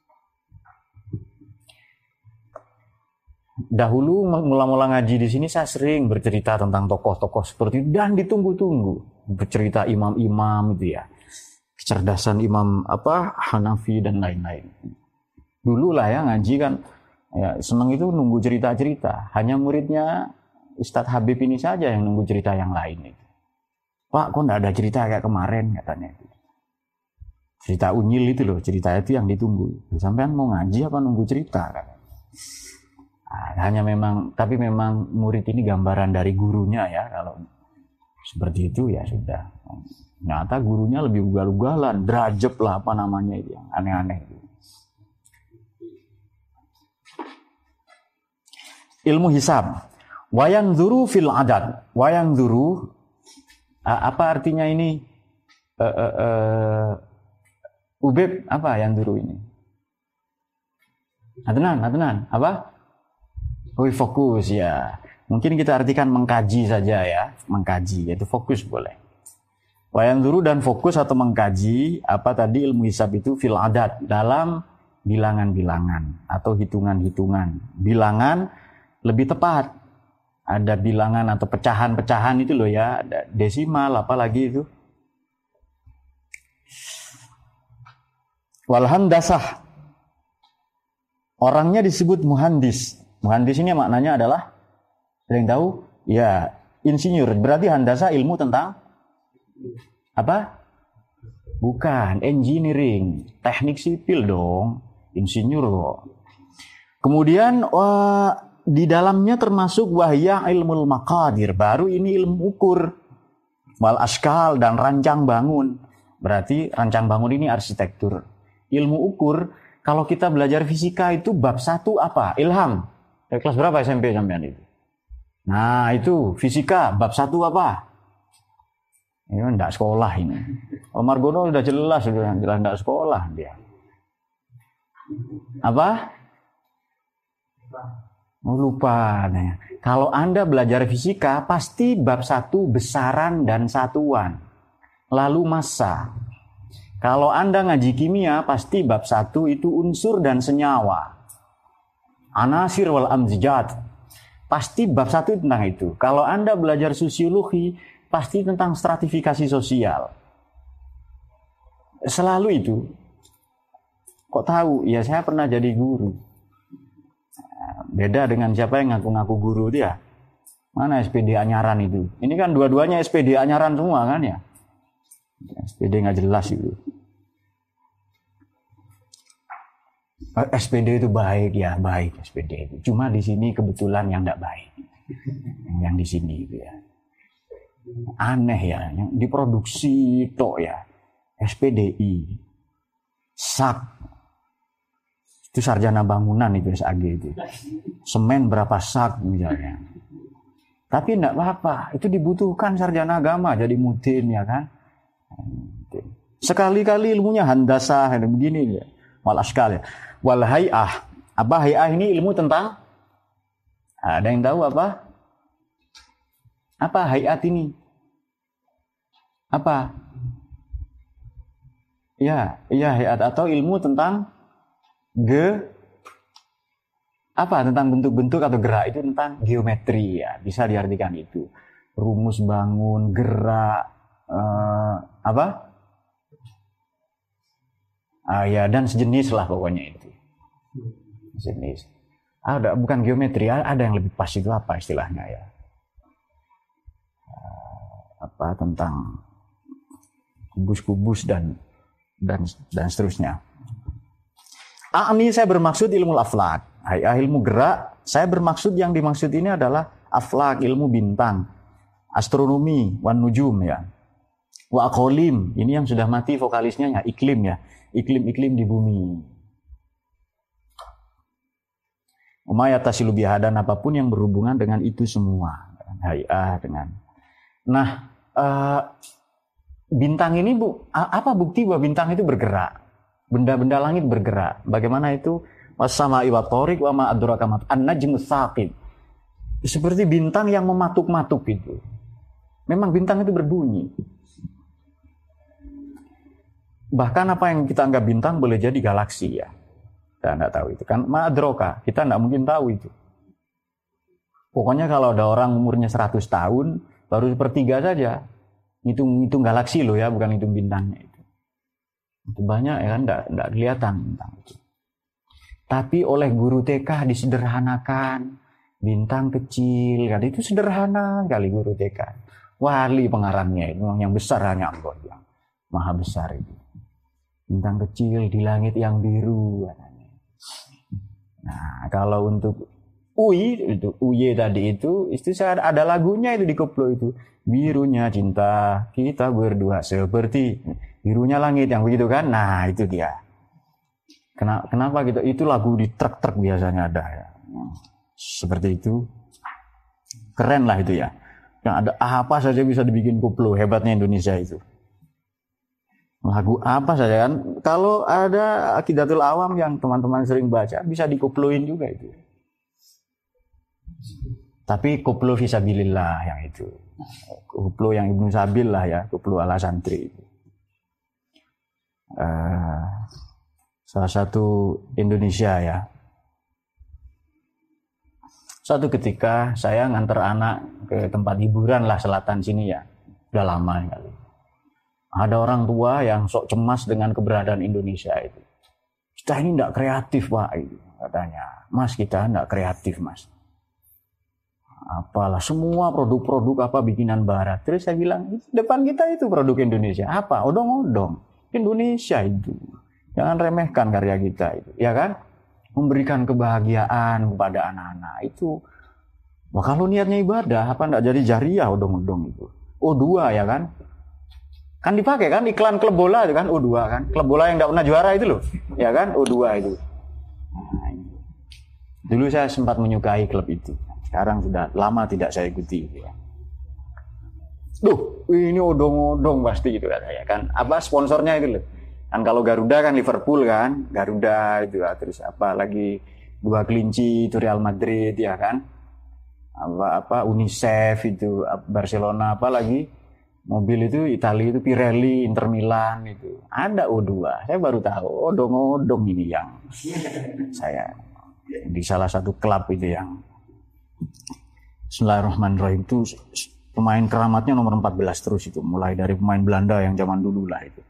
Dahulu mula-mula ngaji di sini saya sering bercerita tentang tokoh-tokoh seperti itu dan ditunggu-tunggu. Bercerita imam-imam itu ya. Kecerdasan imam apa Hanafi dan lain-lain. Dulu lah ya ngaji kan ya seneng itu nunggu cerita-cerita. Hanya muridnya Ustadz Habib ini saja yang nunggu cerita yang lain itu. Pak, kok enggak ada cerita kayak kemarin katanya. Cerita unyil itu loh, cerita itu yang ditunggu. Sampean mau ngaji apa nunggu cerita kan? Nah, hanya memang, tapi memang murid ini gambaran dari gurunya ya. Kalau seperti itu ya sudah. Ternyata gurunya lebih ugal-ugalan, derajat lah apa namanya itu yang aneh-aneh itu. Ilmu hisab. Wayang dzuru fil adad. Wayang dzuru, apa artinya ini? Uh, uh, uh, Ubeb, apa yang dzuru ini? Adnan, Adnan, apa? Wih, fokus ya. Mungkin kita artikan mengkaji saja ya. Mengkaji, yaitu fokus boleh. Wayang dzuru dan fokus atau mengkaji, apa tadi ilmu hisab itu fil adad, dalam bilangan-bilangan atau hitungan-hitungan. Bilangan lebih tepat. Ada bilangan atau pecahan-pecahan itu loh ya. Ada desimal, apalagi itu. Walhandasah. Orangnya disebut muhandis. Muhandis ini maknanya adalah, ada yang tahu? Ya, insinyur. Berarti handasa ilmu tentang apa? Bukan, engineering, teknik sipil dong, insinyur kok. Kemudian wah, di dalamnya termasuk wahya ilmu maqadir, baru ini ilmu ukur, wal askal dan rancang bangun. Berarti rancang bangun ini arsitektur. Ilmu ukur, kalau kita belajar fisika itu bab satu apa? Ilham. Dari kelas berapa S M P sampean itu? Nah itu fisika bab satu apa? Ini enggak sekolah ini. Om Margono sudah jelas sudah jelas enggak sekolah dia. Apa? Oh, lupa. Nah, kalau Anda belajar fisika pasti bab satu besaran dan satuan. Lalu massa. Kalau Anda ngaji kimia pasti bab satu itu unsur dan senyawa. Anasir wal amzijat. Pasti bab satu tentang itu. Kalau Anda belajar sosiologi, pasti tentang stratifikasi sosial. Selalu itu. Kok tahu? Ya saya pernah jadi guru. Beda dengan siapa yang ngaku-ngaku guru dia. Mana S P D Anyaran itu? Ini kan dua-duanya S P D Anyaran semua kan ya? S P D nggak jelas itu. S P D itu baik ya, baik S P D itu. Cuma di sini kebetulan yang tidak baik. Yang di sini itu ya. Aneh ya, yang diproduksi tok ya. S P D I. S A K. Itu sarjana bangunan itu S A G itu. Semen berapa sak misalnya. Tapi tidak apa-apa, itu dibutuhkan sarjana agama jadi mudin ya kan. Sekali-kali ilmunya handasah begini ya. Wal askal ya. Wal hay'ah. Apa hay'ah ini ilmu tentang? Ada yang tahu apa? Apa hay'at ini? Apa? Ya, ya hay'at atau ilmu tentang ge apa? Tentang bentuk-bentuk atau gerak, itu tentang geometri ya. Bisa diartikan itu. Rumus bangun, gerak, eh, apa? Ah ya, dan sejenis lah pokoknya itu. Sejenis. Ada bukan geometri, ada yang lebih pas itu apa istilahnya ya? Apa tentang kubus-kubus dan dan dan seterusnya. Ah, ini saya bermaksud ilmu aflak. Hayah ilmu gerak, saya bermaksud yang dimaksud ini adalah aflak, ilmu bintang, astronomi, wan nujum ya. Wa aqolim, ini yang sudah mati vokalisnya ya, iklim ya. Iklim-iklim di bumi. Uma yatasilu biha, dan apapun yang berhubungan dengan itu semua, dengan hay'ah, dengan. Nah, uh, bintang ini bu, apa bukti bahwa bintang itu bergerak? Benda-benda langit bergerak. Bagaimana itu? Was-sama'i wat-thariq wa ma adraka ma an-najmus tsaqib. Seperti bintang yang mematuk-matuk itu. Memang bintang itu berbunyi. Bahkan apa yang kita anggap bintang boleh jadi galaksi ya. Kita nggak tahu itu kan. Ma'adroka, kita nggak mungkin tahu itu. Pokoknya kalau ada orang umurnya seratus tahun, baru sepertiga saja. Hitung-hitung galaksi loh ya, bukan hitung bintangnya itu. Itu banyak ya kan, nggak, nggak kelihatan bintang itu. Tapi oleh guru T K disederhanakan. Bintang kecil, kan itu sederhana kali guru T K. Wali pengarangnya itu, yang besar hanya Allah yang maha besar itu. Bintang kecil di langit yang biru. Nah, kalau untuk U I itu U Y tadi itu, itu saya ada lagunya itu di koplo itu. Birunya cinta kita berdua seperti birunya langit yang begitu kan. Nah, itu dia. Kenapa, kenapa gitu? Itu lagu di truk-truk biasanya ada ya. Seperti itu. Keren lah itu ya. Yang ada apa saja bisa dibikin koplo, hebatnya Indonesia itu. Lagu apa saja kan, kalau ada Aqidatul Awam yang teman-teman sering baca bisa dikoploin juga itu. Tapi koplo fisabilillah yang itu, koplo yang Ibnu Sabil lah ya, koplo ala santri itu. Uh, salah satu Indonesia ya. Suatu ketika saya nganter anak ke tempat hiburan lah selatan sini ya, udah lama kali. Ada orang tua yang sok cemas dengan keberadaan Indonesia itu. Kita ini tidak kreatif Pak, itu katanya. Mas, kita tidak kreatif Mas. Apalah, semua produk-produk apa bikinan Barat. Terus saya bilang, depan kita itu produk Indonesia. Apa? Odong-odong. Indonesia itu. Jangan remehkan karya kita itu. Ya kan? Memberikan kebahagiaan kepada anak-anak. Itu. Wah, kalau niatnya ibadah, apa tidak jadi jariah odong-odong itu. O dua ya kan? Kan dipakai kan iklan klub bola itu kan O dua kan. Klub bola yang enggak pernah juara itu loh. Ya kan O dua itu. Nah, itu. Dulu saya sempat menyukai klub itu. Sekarang sudah lama tidak saya ikuti gitu ya. Duh, ini odong-odong pasti gitu katanya kan. Apa sponsornya itu loh. Kan kalau Garuda kan Liverpool kan, Garuda itu ya. Terus apa lagi dua kelinci itu Real Madrid ya kan. Apa apa UNICEF itu Barcelona, apa lagi mobil itu Italia itu Pirelli, Inter Milan itu. Ada O dua. Saya baru tahu odong-odong ini yang saya di salah satu klub itu yang Bismillahirrahmanirrahim itu pemain keramatnya nomor empat belas terus itu. Mulai dari pemain Belanda yang zaman dulu lah itu.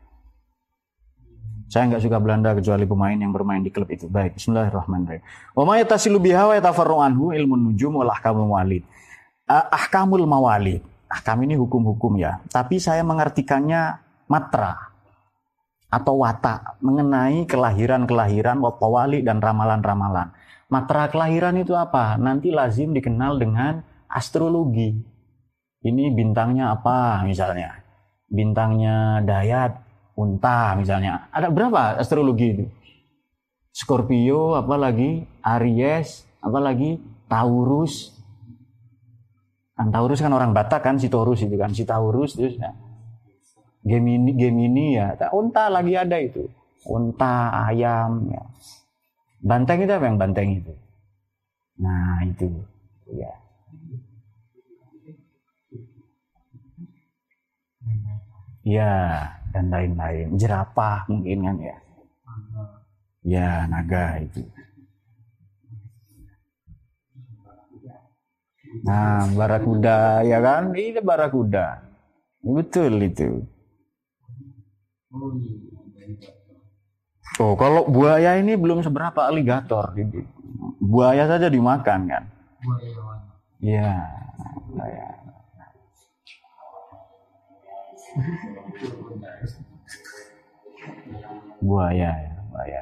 Saya nggak suka Belanda kecuali pemain yang bermain di klub itu. Baik, Bismillahirrahmanirrahim. Wa ma yatasilu biha wa yatafarru anhu ilmun nujum wal ahkamul mawalid. Ahkamul mawalid. Ahkam ini hukum-hukum ya, tapi saya mengartikannya matra atau watak mengenai kelahiran-kelahiran, watawali dan ramalan-ramalan. Matra kelahiran itu apa? Nanti lazim dikenal dengan astrologi. Ini bintangnya apa misalnya? Bintangnya Dayat, Unta misalnya. Ada berapa astrologi itu? Scorpio, apalagi Aries, apalagi Taurus. Kan Taurus kan orang Batak kan, si Taurus itu kan, si Taurus terus ya. Gemini, Gemini ya, unta lagi ada itu. Unta, ayam ya. Banteng itu apa yang banteng itu? Nah, itu ya. Ya, dan lain-lain. Jerapah mungkin kan ya. Ya, naga itu. Nah, barakuda ya kan? Ini barakuda. Betul itu. Oh, kalau buaya ini belum seberapa aligator gitu. Buaya saja dimakan kan? Iya, buaya. Buaya ya, buaya.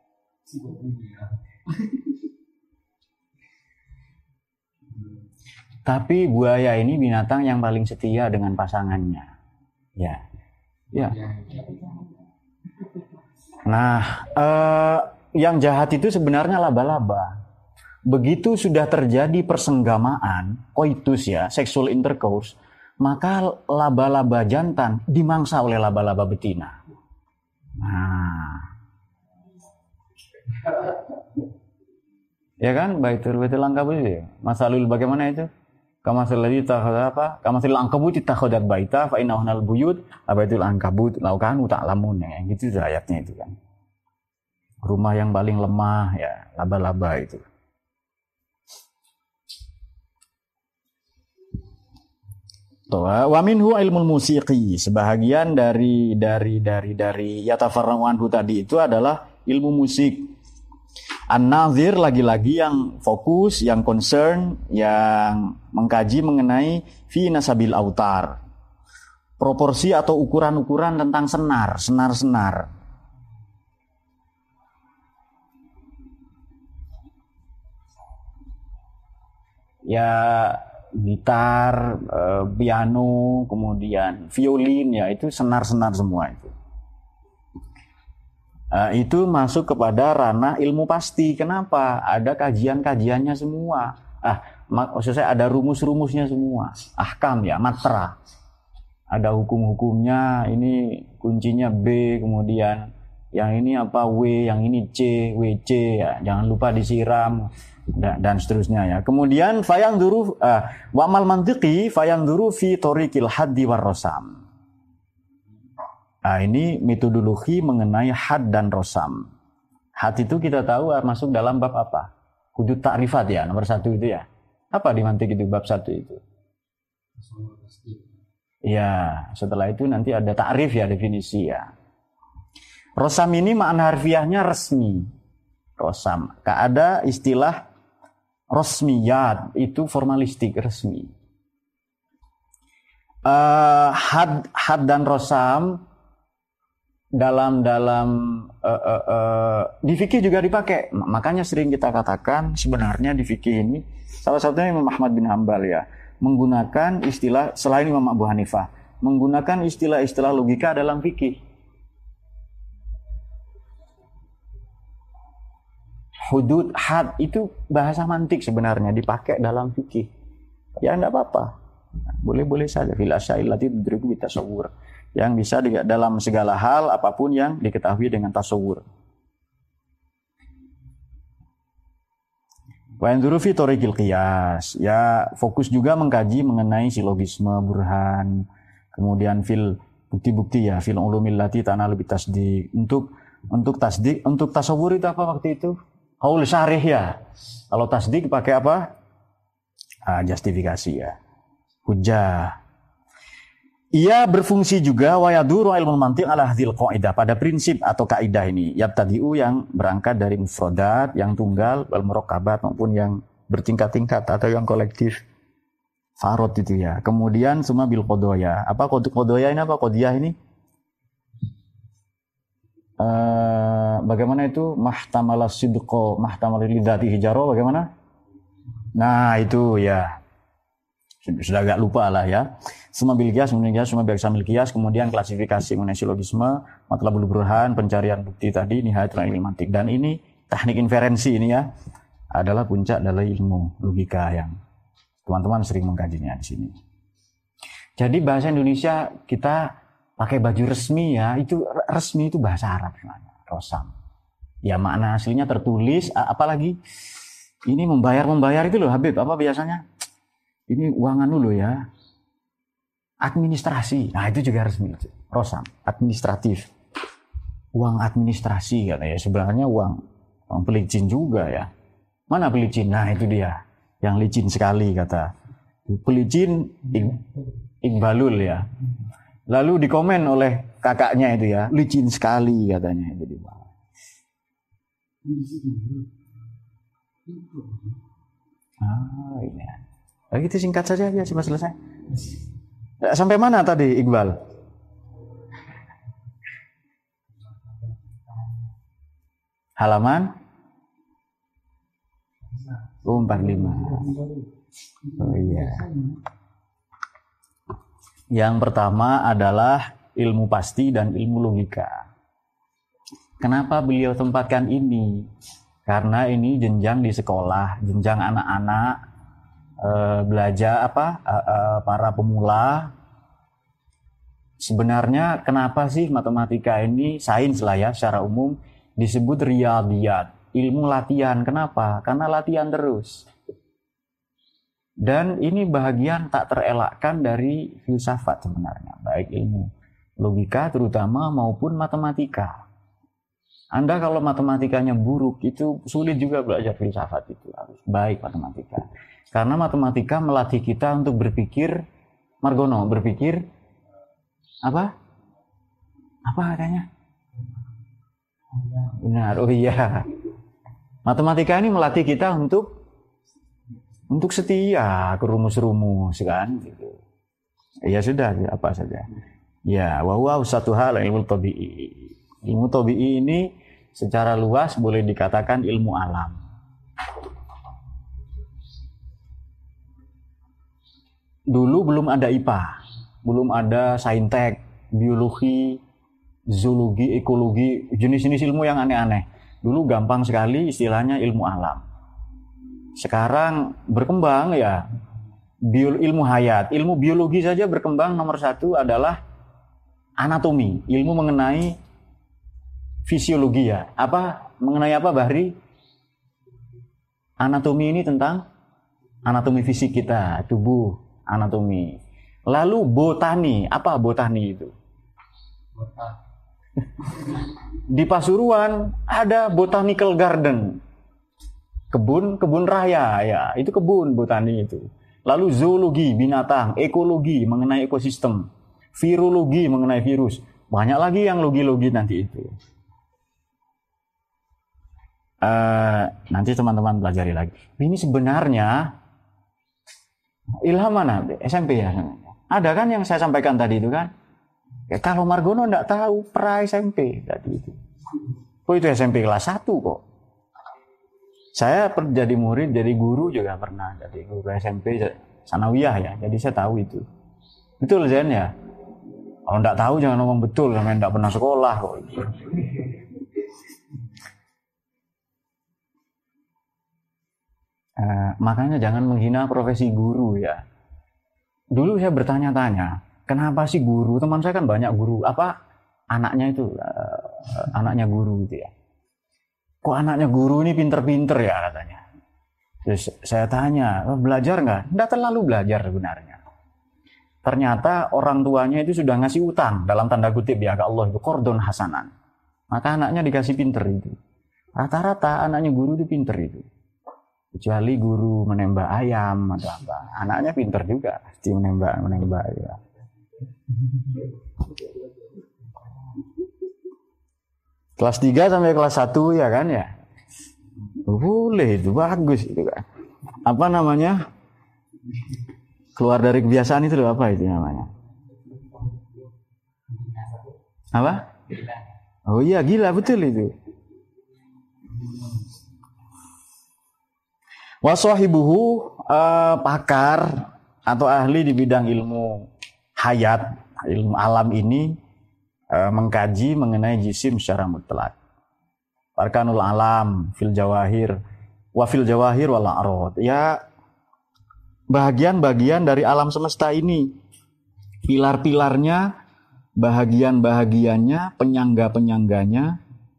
Tapi buaya ini binatang yang paling setia dengan pasangannya. Ya. Ya. Nah, eh, yang jahat itu sebenarnya laba-laba. Begitu sudah terjadi persenggamaan, koitus ya, sexual intercourse, maka laba-laba jantan dimangsa oleh laba-laba betina. Nah, ya kan, baitul baitul ankabut itu. Masalul bagaimana itu? Kamasil ladzi takhadha apa? Kamasil ankabut takhadat baita fa inna ahnal buyut abaitul ankabut laukan ta'lamun ya. Gitu tuh ayatnya itu kan. Rumah yang paling lemah ya, laba-laba itu. Wa minhu ilmul musiqi, sebahagian dari dari dari dari yatafarra'u anhu tadi itu adalah ilmu musik. An-nazir lagi-lagi yang fokus, yang concern, yang mengkaji mengenai fi nasabil autar. Proporsi atau ukuran-ukuran tentang senar, senar-senar. Ya gitar, piano, kemudian violin, ya itu senar-senar semua itu. Uh, itu masuk kepada ranah ilmu pasti. Kenapa? Ada kajian-kajiannya semua. Ah, maksud saya ada rumus-rumusnya semua. Ahkam ya, matra. Ada hukum-hukumnya. Ini kuncinya B, kemudian yang ini apa W, yang ini C, W C. Ya. Jangan lupa disiram. Dan seterusnya ya. Kemudian fayang duru uh, wa'mal mantiqi fayang duru fi tariqil haddi war rosam. Nah, ini metodologi mengenai had dan rosam. Had itu kita tahu masuk dalam bab apa? Hudud ta'rifat ya, nomor satu itu ya. Apa di mantik itu bab satu itu? Ya, setelah itu nanti ada ta'rif ya, definisi ya. Rosam ini makna harfiahnya resmi. Rosam. Ada istilah rosmiyat, itu formalistik, resmi. Uh, had, had dan rosam dalam dalam uh, uh, uh, di fikih juga dipakai. Makanya sering kita katakan sebenarnya di fikih ini salah satunya Imam Ahmad bin Hambal ya menggunakan istilah, selain Imam Abu Hanifah, menggunakan istilah-istilah logika dalam fikih. Hudud, had itu bahasa mantik sebenarnya dipakai dalam fikih. Ya enggak apa-apa. Boleh-boleh saja fil asyailati tudriku bitasawwur. Yang bisa di, dalam segala hal apapun yang diketahui dengan tasawwur. Wa yanzuru fi tariqil qiyas. Ya, fokus juga mengkaji mengenai silogisme, burhan, kemudian fil bukti-bukti ya, fil ulumil lati tanalu bitasdiq. Untuk untuk tasdik, untuk tasawwur itu apa waktu itu? Qaul syarih ya. Kalau tasdik pakai apa? Ah, justifikasi ya. Hujjah. Ia berfungsi juga wa yaduru ilmu mantiq ala hadhil qaidah, pada prinsip atau kaidah ini. Yabtadi'u yang berangkat dari mufradat, yang tunggal, wal murakkabat maupun yang bertingkat-tingkat atau yang kolektif. Farod itu ya. Kemudian summa bil qadaya. Apa qadaya ini apa qadiyah ini? Uh, bagaimana itu mahtamala sidqo mahtamala lidati hijaro bagaimana? Nah itu ya sudah agak lupa lah ya. Semua bil qiyas, kemudian qiyas, semua biaksamil qiyas, kemudian klasifikasi mengenai silogisme, matlabul burhan, pencarian bukti tadi, nihayatul ilmi mantiq. Dan ini teknik inferensi ini ya adalah puncak dari ilmu logika yang teman-teman sering mengkajinya di sini. Jadi bahasa Indonesia kita pakai baju resmi ya, itu resmi itu bahasa Arab sebenarnya, rosam. Ya makna aslinya tertulis, apalagi ini membayar-membayar itu loh Habib, apa biasanya? Ini uangan dulu ya. Administrasi, nah itu juga resmi, rosam, administratif. Uang administrasi katanya, sebenarnya uang, uang pelicin juga ya. Mana pelicin? Nah itu dia, yang licin sekali kata. Pelicin Iqbalul ya. Lalu dikomen oleh kakaknya itu ya, licin sekali katanya itu di bawah. Ah ini. Nah, kita singkat saja ya, cuma selesai. Sampai mana tadi Iqbal? Halaman oh, empat puluh lima. Oh iya. Yang pertama adalah ilmu pasti dan ilmu logika. Kenapa beliau tempatkan ini? Karena ini jenjang di sekolah, jenjang anak-anak eh, belajar apa eh, eh, para pemula. Sebenarnya kenapa sih matematika ini, sains lah ya secara umum, disebut riyadhiyat, ilmu latihan. Kenapa? Karena latihan terus. Dan ini bahagian tak terelakkan dari filsafat sebenarnya, baik ilmu logika terutama maupun matematika. Anda kalau matematikanya buruk, itu sulit juga belajar filsafat, itu harus baik matematika. Karena matematika melatih kita untuk berpikir, Margono, berpikir apa? Apa katanya? Benar, oh iya. Matematika ini melatih kita untuk untuk setia ke rumus-rumus kan gitu. Ya sudah, apa saja. Ya, wa huwa satu hal ilmu tabi'i. Ilmu tabi'i ini secara luas boleh dikatakan ilmu alam. Dulu belum ada I P A, belum ada saintek, biologi, zoologi, ekologi, jenis-jenis ilmu yang aneh-aneh. Dulu gampang sekali istilahnya ilmu alam. Sekarang berkembang ya, bio, ilmu hayat, ilmu biologi saja berkembang. Nomor satu adalah anatomi, ilmu mengenai fisiologi ya. Apa mengenai apa Bahri? Anatomi ini tentang anatomi fisik kita, tubuh, anatomi. Lalu botani, apa botani itu? Di Pasuruan ada botanical garden. Kebun, kebun raya ya, itu kebun botani itu. Lalu zoologi, binatang, ekologi mengenai ekosistem, virologi mengenai virus. Banyak lagi yang logi-logi nanti itu. Uh, nanti teman-teman pelajari lagi. Ini sebenarnya ilham mana? S M P ya? Ada kan yang saya sampaikan tadi itu kan? Ya, kalau Margono enggak tahu pra S M P tadi itu. Oh itu S M P kelas satu kok. Saya jadi murid, jadi guru juga pernah. Jadi guru S M P sanawiyah ya. Jadi saya tahu itu. Betul Zen ya? Kalau enggak tahu jangan ngomong betul, namanya enggak pernah sekolah kok. Uh, makanya jangan menghina profesi guru ya. Dulu saya bertanya-tanya, kenapa sih guru? Teman saya kan banyak guru. Apa anaknya itu, uh, anaknya guru gitu ya. Kok anaknya guru ini pinter-pinter ya katanya. Terus saya tanya, belajar nggak? Nggak terlalu belajar sebenarnya. Ternyata orang tuanya itu sudah ngasih utang dalam tanda kutip ya ke Allah itu qardun hasanan. Maka anaknya dikasih pinter itu. Rata-rata anaknya guru itu pinter itu. Kecuali guru menembak ayam atau apa, anaknya pinter juga pasti menembak menembak ya. Kelas tiga sampai kelas satu ya kan ya, boleh itu bagus itu kan. Apa namanya, keluar dari kebiasaan itu loh, apa itu namanya? Apa? Oh iya gila betul itu. Wasahibuhu uh, pakar atau ahli di bidang ilmu hayat, ilmu alam ini uh, mengkaji mengenai jisim secara mutlak. Arkanul alam fil jawahir wa fil jawahir wal a'rad. Ya bahagian-bahagian dari alam semesta ini. Pilar-pilarnya, bahagian-bahagiannya, penyangga-penyangganya.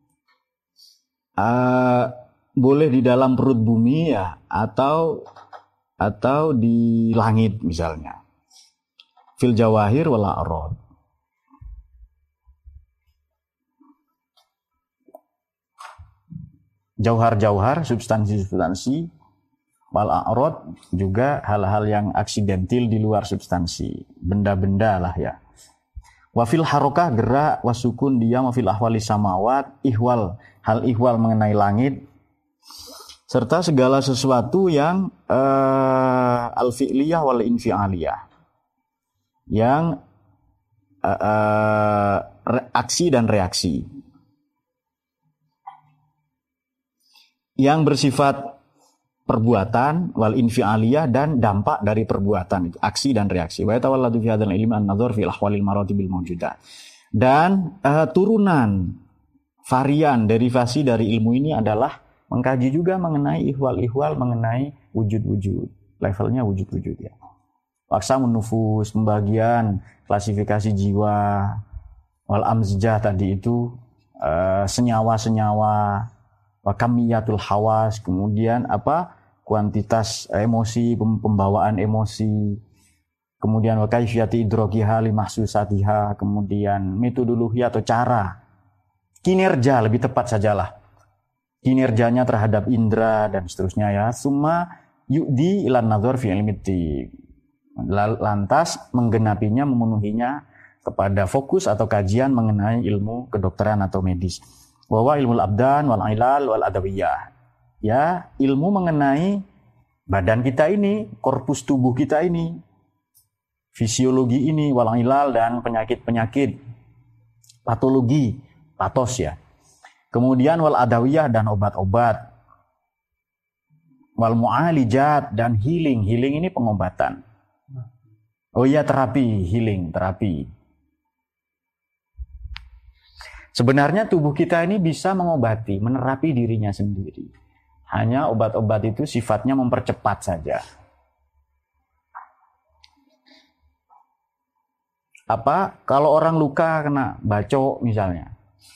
Uh, boleh di dalam perut bumi ya, atau atau di langit misalnya. Fil jawahir wal a'rad. Jauhar-jauhar, substansi-substansi, wal a'rad juga hal-hal yang aksidental di luar substansi, benda-benda lah ya. Wa fil harokah gerak, wasukun diam, wa fil ahwali samawat, ihwal, hal ihwal mengenai langit, serta segala sesuatu yang uh, al-fi'liyah wal infi'aliyah, yang uh, uh, aksi dan reaksi, yang bersifat perbuatan wal infi'aliyah dan dampak dari perbuatan itu, aksi dan reaksi. Wa yatawalladu fi hadzal ilmi an-nadhar fi al-ahwalil maratibil mawjudat. Dan uh, turunan varian derivasi dari ilmu ini adalah mengkaji juga mengenai ihwal-ihwal, mengenai wujud-wujud, levelnya wujud-wujud ya. Aqsamun nufus, pembagian klasifikasi jiwa, wal amzijah tadi itu uh, senyawa-senyawa, wa kamiyatul hawas, kemudian apa? Kuantitas emosi, pembawaan emosi, kemudian wa kaifiyati idrokiha li mahsusatiha, kemudian metodologi atau cara kinerja, lebih tepat sajalah kinerjanya terhadap indera dan seterusnya ya. Summa yu'di ilan nazar fi ilmi tibb, lantas menggenapinya, memenuhinya kepada fokus atau kajian mengenai ilmu kedokteran atau medis. Wa ilmul abdan wal ilal wal adawiyah, ya ilmu mengenai badan kita ini, korpus tubuh kita ini, fisiologi ini, wal ilal dan penyakit-penyakit, patologi, patos ya. Kemudian wal adawiyah dan obat-obat, wal mu'alijat dan healing. Healing ini pengobatan. Oh iya, terapi, healing, terapi. Sebenarnya tubuh kita ini bisa mengobati, menerapi dirinya sendiri. Hanya obat-obat itu sifatnya mempercepat saja. Apa? Kalau orang luka kena bacok misalnya.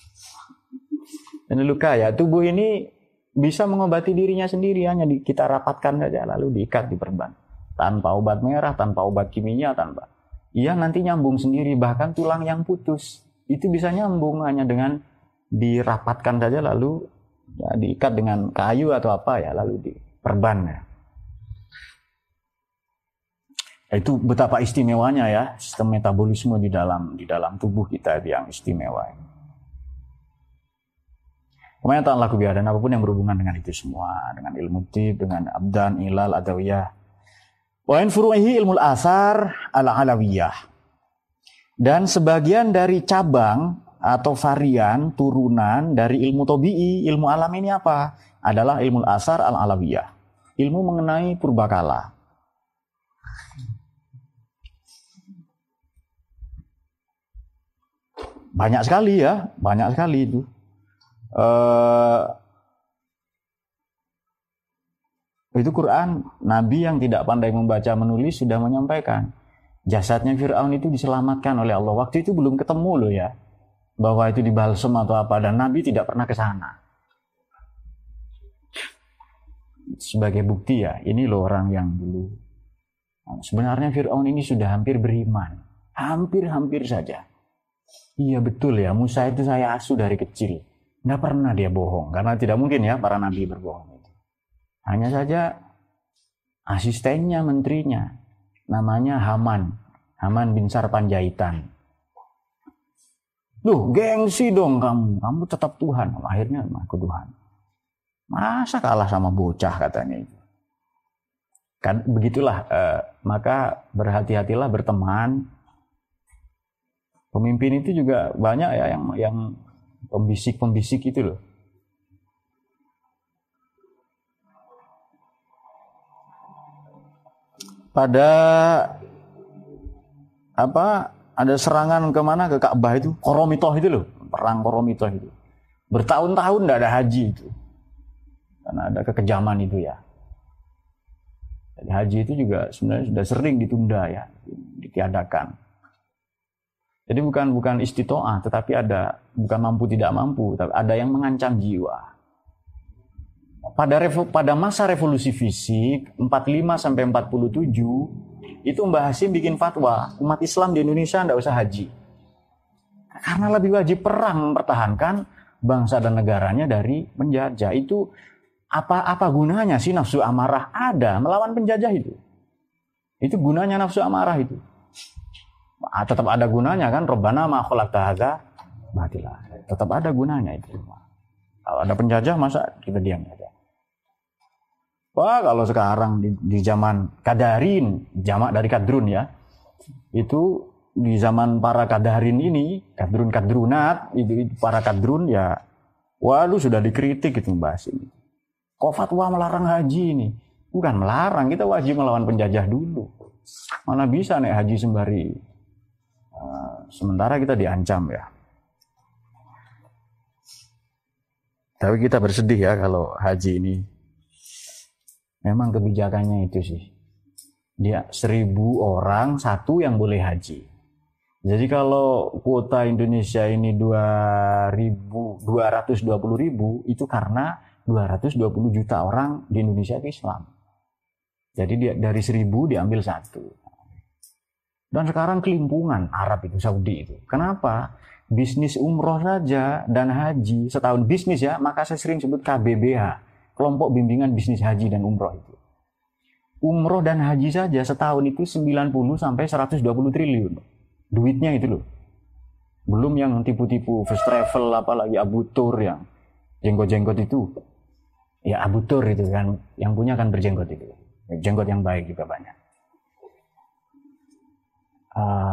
Ini luka ya, tubuh ini bisa mengobati dirinya sendiri, hanya di, kita rapatkan saja lalu diikat, diperban. Tanpa obat merah, tanpa obat kimia, tanpa. Iya nanti nyambung sendiri, bahkan tulang yang putus itu bisa nyambung hanya dengan dirapatkan saja lalu ya, diikat dengan kayu atau apa ya, lalu diperban ya. Itu betapa istimewanya ya sistem metabolisme di dalam di dalam tubuh kita yang istimewa. Kemudian ta'ala kubiah, dan apapun yang berhubungan dengan itu semua, dengan ilmu tibb, dengan abdan, ilal, adawiyah. Wa in furu'ihi ilmul asar al-alawiyah. Dan sebagian dari cabang atau varian turunan dari ilmu tabi'i, ilmu alam ini apa? Adalah ilmu asar al-alawiyah. Ilmu mengenai purbakala. Banyak sekali ya, banyak sekali itu. Uh, itu Quran, Nabi yang tidak pandai membaca menulis sudah menyampaikan jasadnya Fir'aun itu diselamatkan oleh Allah. Waktu itu belum ketemu loh ya, bahwa itu dibalsem atau apa, dan Nabi tidak pernah ke sana. Sebagai bukti ya, ini loh orang yang dulu. Sebenarnya Fir'aun ini sudah hampir beriman, hampir-hampir saja. Iya betul ya, Musa itu saya asuh dari kecil. Nggak pernah dia bohong, karena tidak mungkin ya para nabi berbohong. Hanya saja asistennya, menterinya, namanya Haman, Haman bin Sarpanjaitan. Duh, gengsi dong kamu, kamu tetap Tuhan. Akhirnya aku Tuhan. Masa kalah sama bocah katanya itu. Kan begitulah, eh, maka berhati-hatilah berteman. Pemimpin itu juga banyak ya yang yang pembisik-pembisik itu loh. Pada apa? Ada serangan kemana, ke Ka'bah itu, Qoromitoh itu loh, perang Qoromitoh itu. Bertahun-tahun tidak ada haji itu, karena ada kekejaman itu ya. Jadi haji itu juga sebenarnya sudah sering ditunda ya, ditiadakan. Jadi bukan bukan istitoah, tetapi ada bukan mampu tidak mampu, tapi ada yang mengancam jiwa. Pada revo, pada masa revolusi fisik empat puluh lima sampai empat puluh tujuh itu Mbah Hasim bikin fatwa umat Islam di Indonesia tidak usah haji. Karena lebih wajib perang mempertahankan bangsa dan negaranya dari penjajah. Itu apa apa gunanya sih nafsu amarah ada melawan penjajah itu? Itu gunanya nafsu amarah itu. Tetap ada gunanya kan, Rabbana ma khalaqta hadza batila. Tetap ada gunanya itu. Kalau ada penjajah masa kita diam saja. Wah, kalau sekarang di, di zaman Kadarin, jamak dari Kadrun ya. Itu di zaman para Kadarin ini, Kadrun-Kadrunat, itu, itu para Kadrun ya, waduh sudah dikritik itu bahas ini. Kok fatwa melarang haji ini? Bukan melarang, kita wajib melawan penjajah dulu. Mana bisa naik haji sembari uh, sementara kita diancam ya. Tapi kita bersedih ya kalau haji ini. Memang kebijakannya itu sih. Dia seribu orang, satu yang boleh haji. Jadi kalau kuota Indonesia ini dua ribu, dua ratus dua puluh ribu, itu karena dua ratus dua puluh juta orang di Indonesia itu Islam. Jadi dia, dari seribu diambil satu. Dan sekarang kelimpungan Arab itu, Saudi itu. Kenapa? Bisnis umroh saja dan haji, setahun bisnis ya, maka saya sering sebut K B B H, Kelompok Bimbingan Bisnis Haji dan Umroh itu. Umroh dan haji saja setahun itu sembilan puluh sampai seratus dua puluh triliun. Duitnya itu loh. Belum yang tipu-tipu first travel apalagi Abu Tur yang jenggot-jenggot itu. Ya Abu Tur itu kan yang punya kan berjenggot itu. Jenggot yang baik juga banyak. Uh,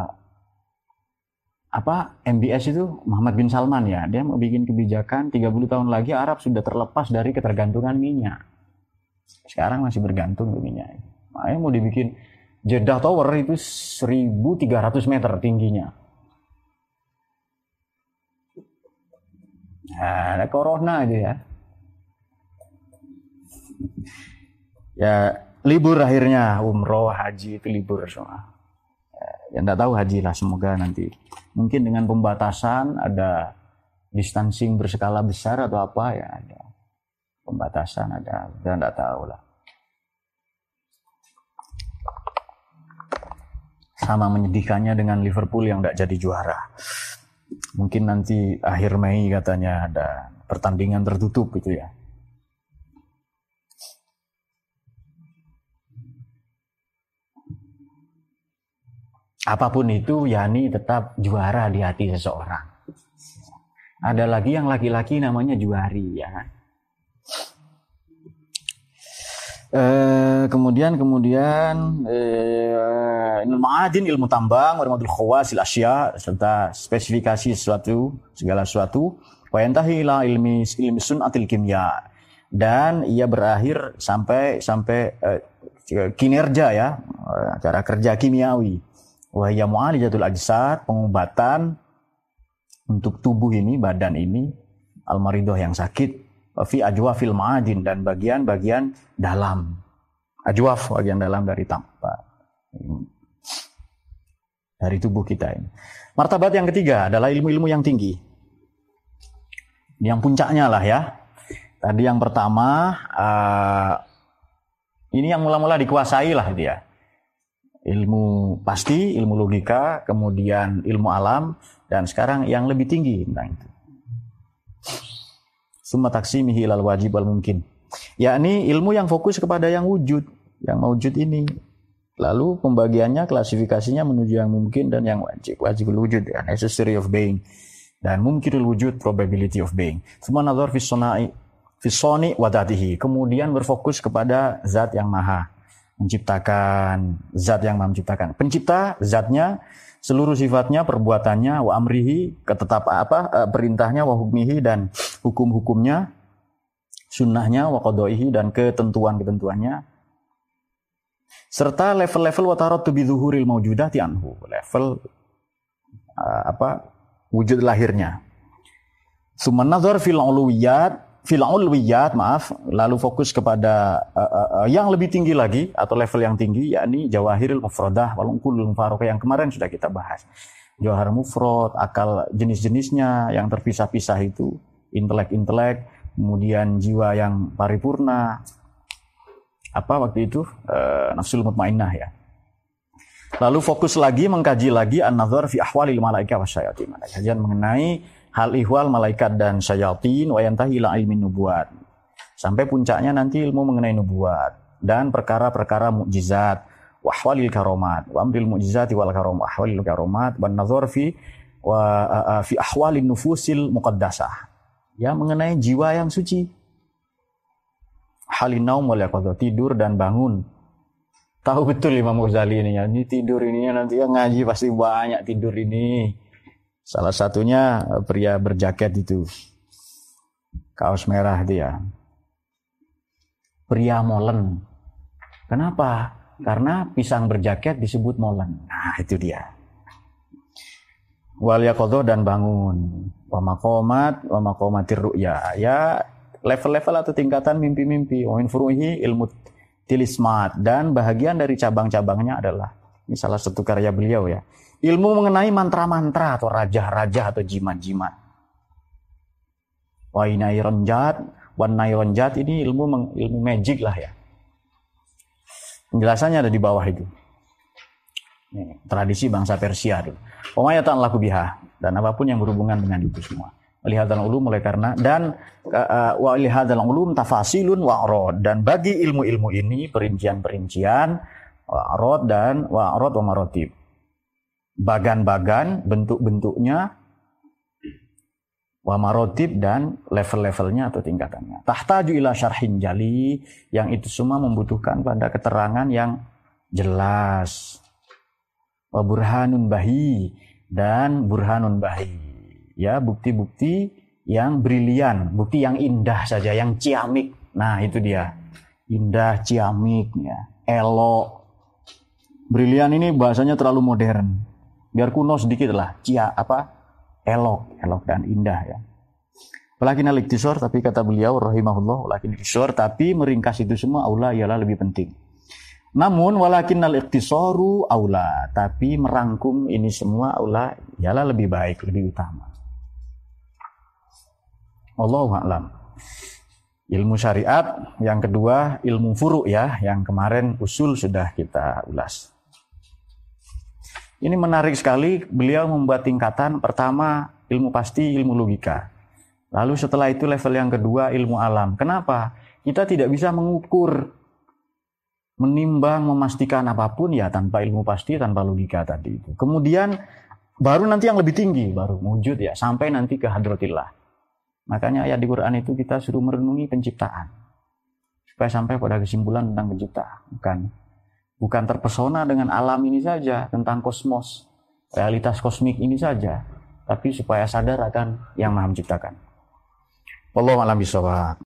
apa M B S itu Muhammad bin Salman ya, dia mau bikin kebijakan tiga puluh tahun lagi Arab sudah terlepas dari ketergantungan minyak. Sekarang masih bergantung ke minyak. Makanya mau dibikin Jeddah Tower itu seribu tiga ratus meter tingginya. Nah, ada corona aja ya. Ya libur akhirnya, umroh, haji itu libur semua. Ya enggak tahu haji lah, semoga nanti. Mungkin dengan pembatasan, ada distancing berskala besar atau apa ya, ada pembatasan, ada, kita enggak tahu lah. Sama menyedihkannya dengan Liverpool yang tidak jadi juara. Mungkin nanti akhir Mei katanya ada pertandingan tertutup gitu ya. Apapun itu, Yani tetap juara di hati seseorang. Ada lagi yang laki-laki namanya juari ya. Uh, kemudian kemudian uh, ilmu ma'adin, ilmu tambang, waramatul khawasil asya, serta spesifikasi sesuatu, segala sesuatu, wa yantahi ila ilmi ilmi sunatil kimia, dan ia berakhir sampai sampai uh, kinerja ya, uh, cara kerja kimiawi, wa hiya mu'alijatul ajsad, pengobatan untuk tubuh ini, badan ini, al-maridah yang sakit, fi ajwafil ma'adin, dan bagian-bagian dalam, ajwaf bagian dalam dari tanpa dari tubuh kita ini. Martabat yang ketiga adalah ilmu-ilmu yang tinggi, yang puncaknya lah ya. Tadi yang pertama uh, ini yang mula-mula dikuasai lah dia, ilmu pasti, ilmu logika, kemudian ilmu alam, dan sekarang yang lebih tinggi tentang itu. Summa taksimihi ilal wajib wal mungkin. Yakni ilmu yang fokus kepada yang wujud, yang mewujud ini. Lalu pembagiannya, klasifikasinya menuju yang mungkin dan yang wajib. Wajibul wujud, ya, necessary of being. Dan mungkinul wujud, probability of being. Summa nazar fis sonai, fis soni wa dzatihi. Kemudian berfokus kepada zat yang maha menciptakan, zat yang maha menciptakan. Pencipta, zatnya, seluruh sifatnya, perbuatannya, wa amrihi, ketetap apa, perintahnya, wa hukmihi, dan hukum-hukumnya, sunnahnya, wa qadaihi, dan ketentuan-ketentuannya, serta level-level wa tarattu bi dzuhuril mawjudati anhu, level uh, apa wujud lahirnya. Summa nazar fil uluwiyat, fil ulwiyat, maaf, lalu fokus kepada uh, uh, uh, yang lebih tinggi lagi atau level yang tinggi, yakni jawahiril mufradah wal unqulul mufarraqah yang kemarin sudah kita bahas. Jawahir mufrad, akal jenis-jenisnya yang terpisah-pisah itu, intelek-intelek, kemudian jiwa yang paripurna, apa waktu itu uh, nafsul mutmainnah ya. Lalu fokus lagi mengkaji lagi an-nazar fi ahwalil malaika wasyayatin, kajian mengenai hal ihwal malaikat dan syayatin, wa yantahi ila ilmin nubuwat, sampai puncaknya nanti ilmu mengenai nubuat dan perkara-perkara mukjizat, wa ahwalil karomat, wa amril mukjizati wal karom, wa ahwalil karomat, wa nazar fi wa uh, fi ahwalin nufusil muqaddasah, ya mengenai jiwa yang suci, halin naum wal yaqadha, tidur dan bangun. Tahu betul Imam Ghazali ini ya, ini tidur ini nanti ya ngaji pasti banyak tidur ini. Salah satunya pria berjaket itu, kaos merah dia, pria molen. Kenapa? Karena pisang berjaket disebut molen. Nah itu dia. Wal yaqadha, dan bangun. Wa maqamat wa maqamatir ru'ya, ya level-level atau tingkatan mimpi-mimpi. Wa min furuhi ilmu tilismat, dan bahagian dari cabang-cabangnya adalah, ini salah satu karya beliau ya, ilmu mengenai mantra-mantra atau raja-raja atau jimat-jimat. Wa inaironjat, wan naironjat, ini ilmu ilmu magic lah ya. Penjelasannya ada di bawah itu. Ini, tradisi bangsa Persia dulu. Pemayatan laku biha, dan apapun yang berhubungan dengan itu semua. Lihadal ulum, mulai karena, dan uh, wa lihadal ulum tafasilun wa arad, dan bagi ilmu-ilmu ini perincian-perincian wa arad dan wa arad wa maratib. Bagan-bagan, bentuk-bentuknya, wa maratib, dan level-levelnya atau tingkatannya. Tahtaju ila syarhin jali, yang itu semua membutuhkan pada keterangan yang jelas. Wa burhanun bahi, dan burhanun bahi, ya, bukti-bukti yang brilian, bukti yang indah saja, yang ciamik. Nah, itu dia. Indah, ciamik, ya, elok. Brilian ini bahasanya terlalu modern. Biar kuno sedikit lah. Cia apa? Elok, elok dan indah ya. Walakin al-iktisar, tapi kata beliau rahimahullah, walakin al-iktisar, tapi meringkas itu semua aula ialah lebih penting. Namun walakin al-iktisaru aula, tapi merangkum ini semua aula ialah lebih baik, lebih utama. Wallahu a'lam. Ilmu syariat, yang kedua ilmu furu' ya, yang kemarin usul sudah kita ulas. Ini menarik sekali, beliau membuat tingkatan, pertama ilmu pasti, ilmu logika. Lalu setelah itu level yang kedua ilmu alam. Kenapa? Kita tidak bisa mengukur, menimbang, memastikan apapun ya tanpa ilmu pasti, tanpa logika tadi itu. Kemudian baru nanti yang lebih tinggi, baru wujud ya, sampai nanti ke hadratillah. Makanya ayat di Quran itu kita suruh merenungi penciptaan, supaya sampai pada kesimpulan tentang penciptaan. Bukan, bukan terpesona dengan alam ini saja, tentang kosmos, realitas kosmik ini saja, tapi supaya sadar akan yang Maha Menciptakan. Wallahu a'lam bishawab.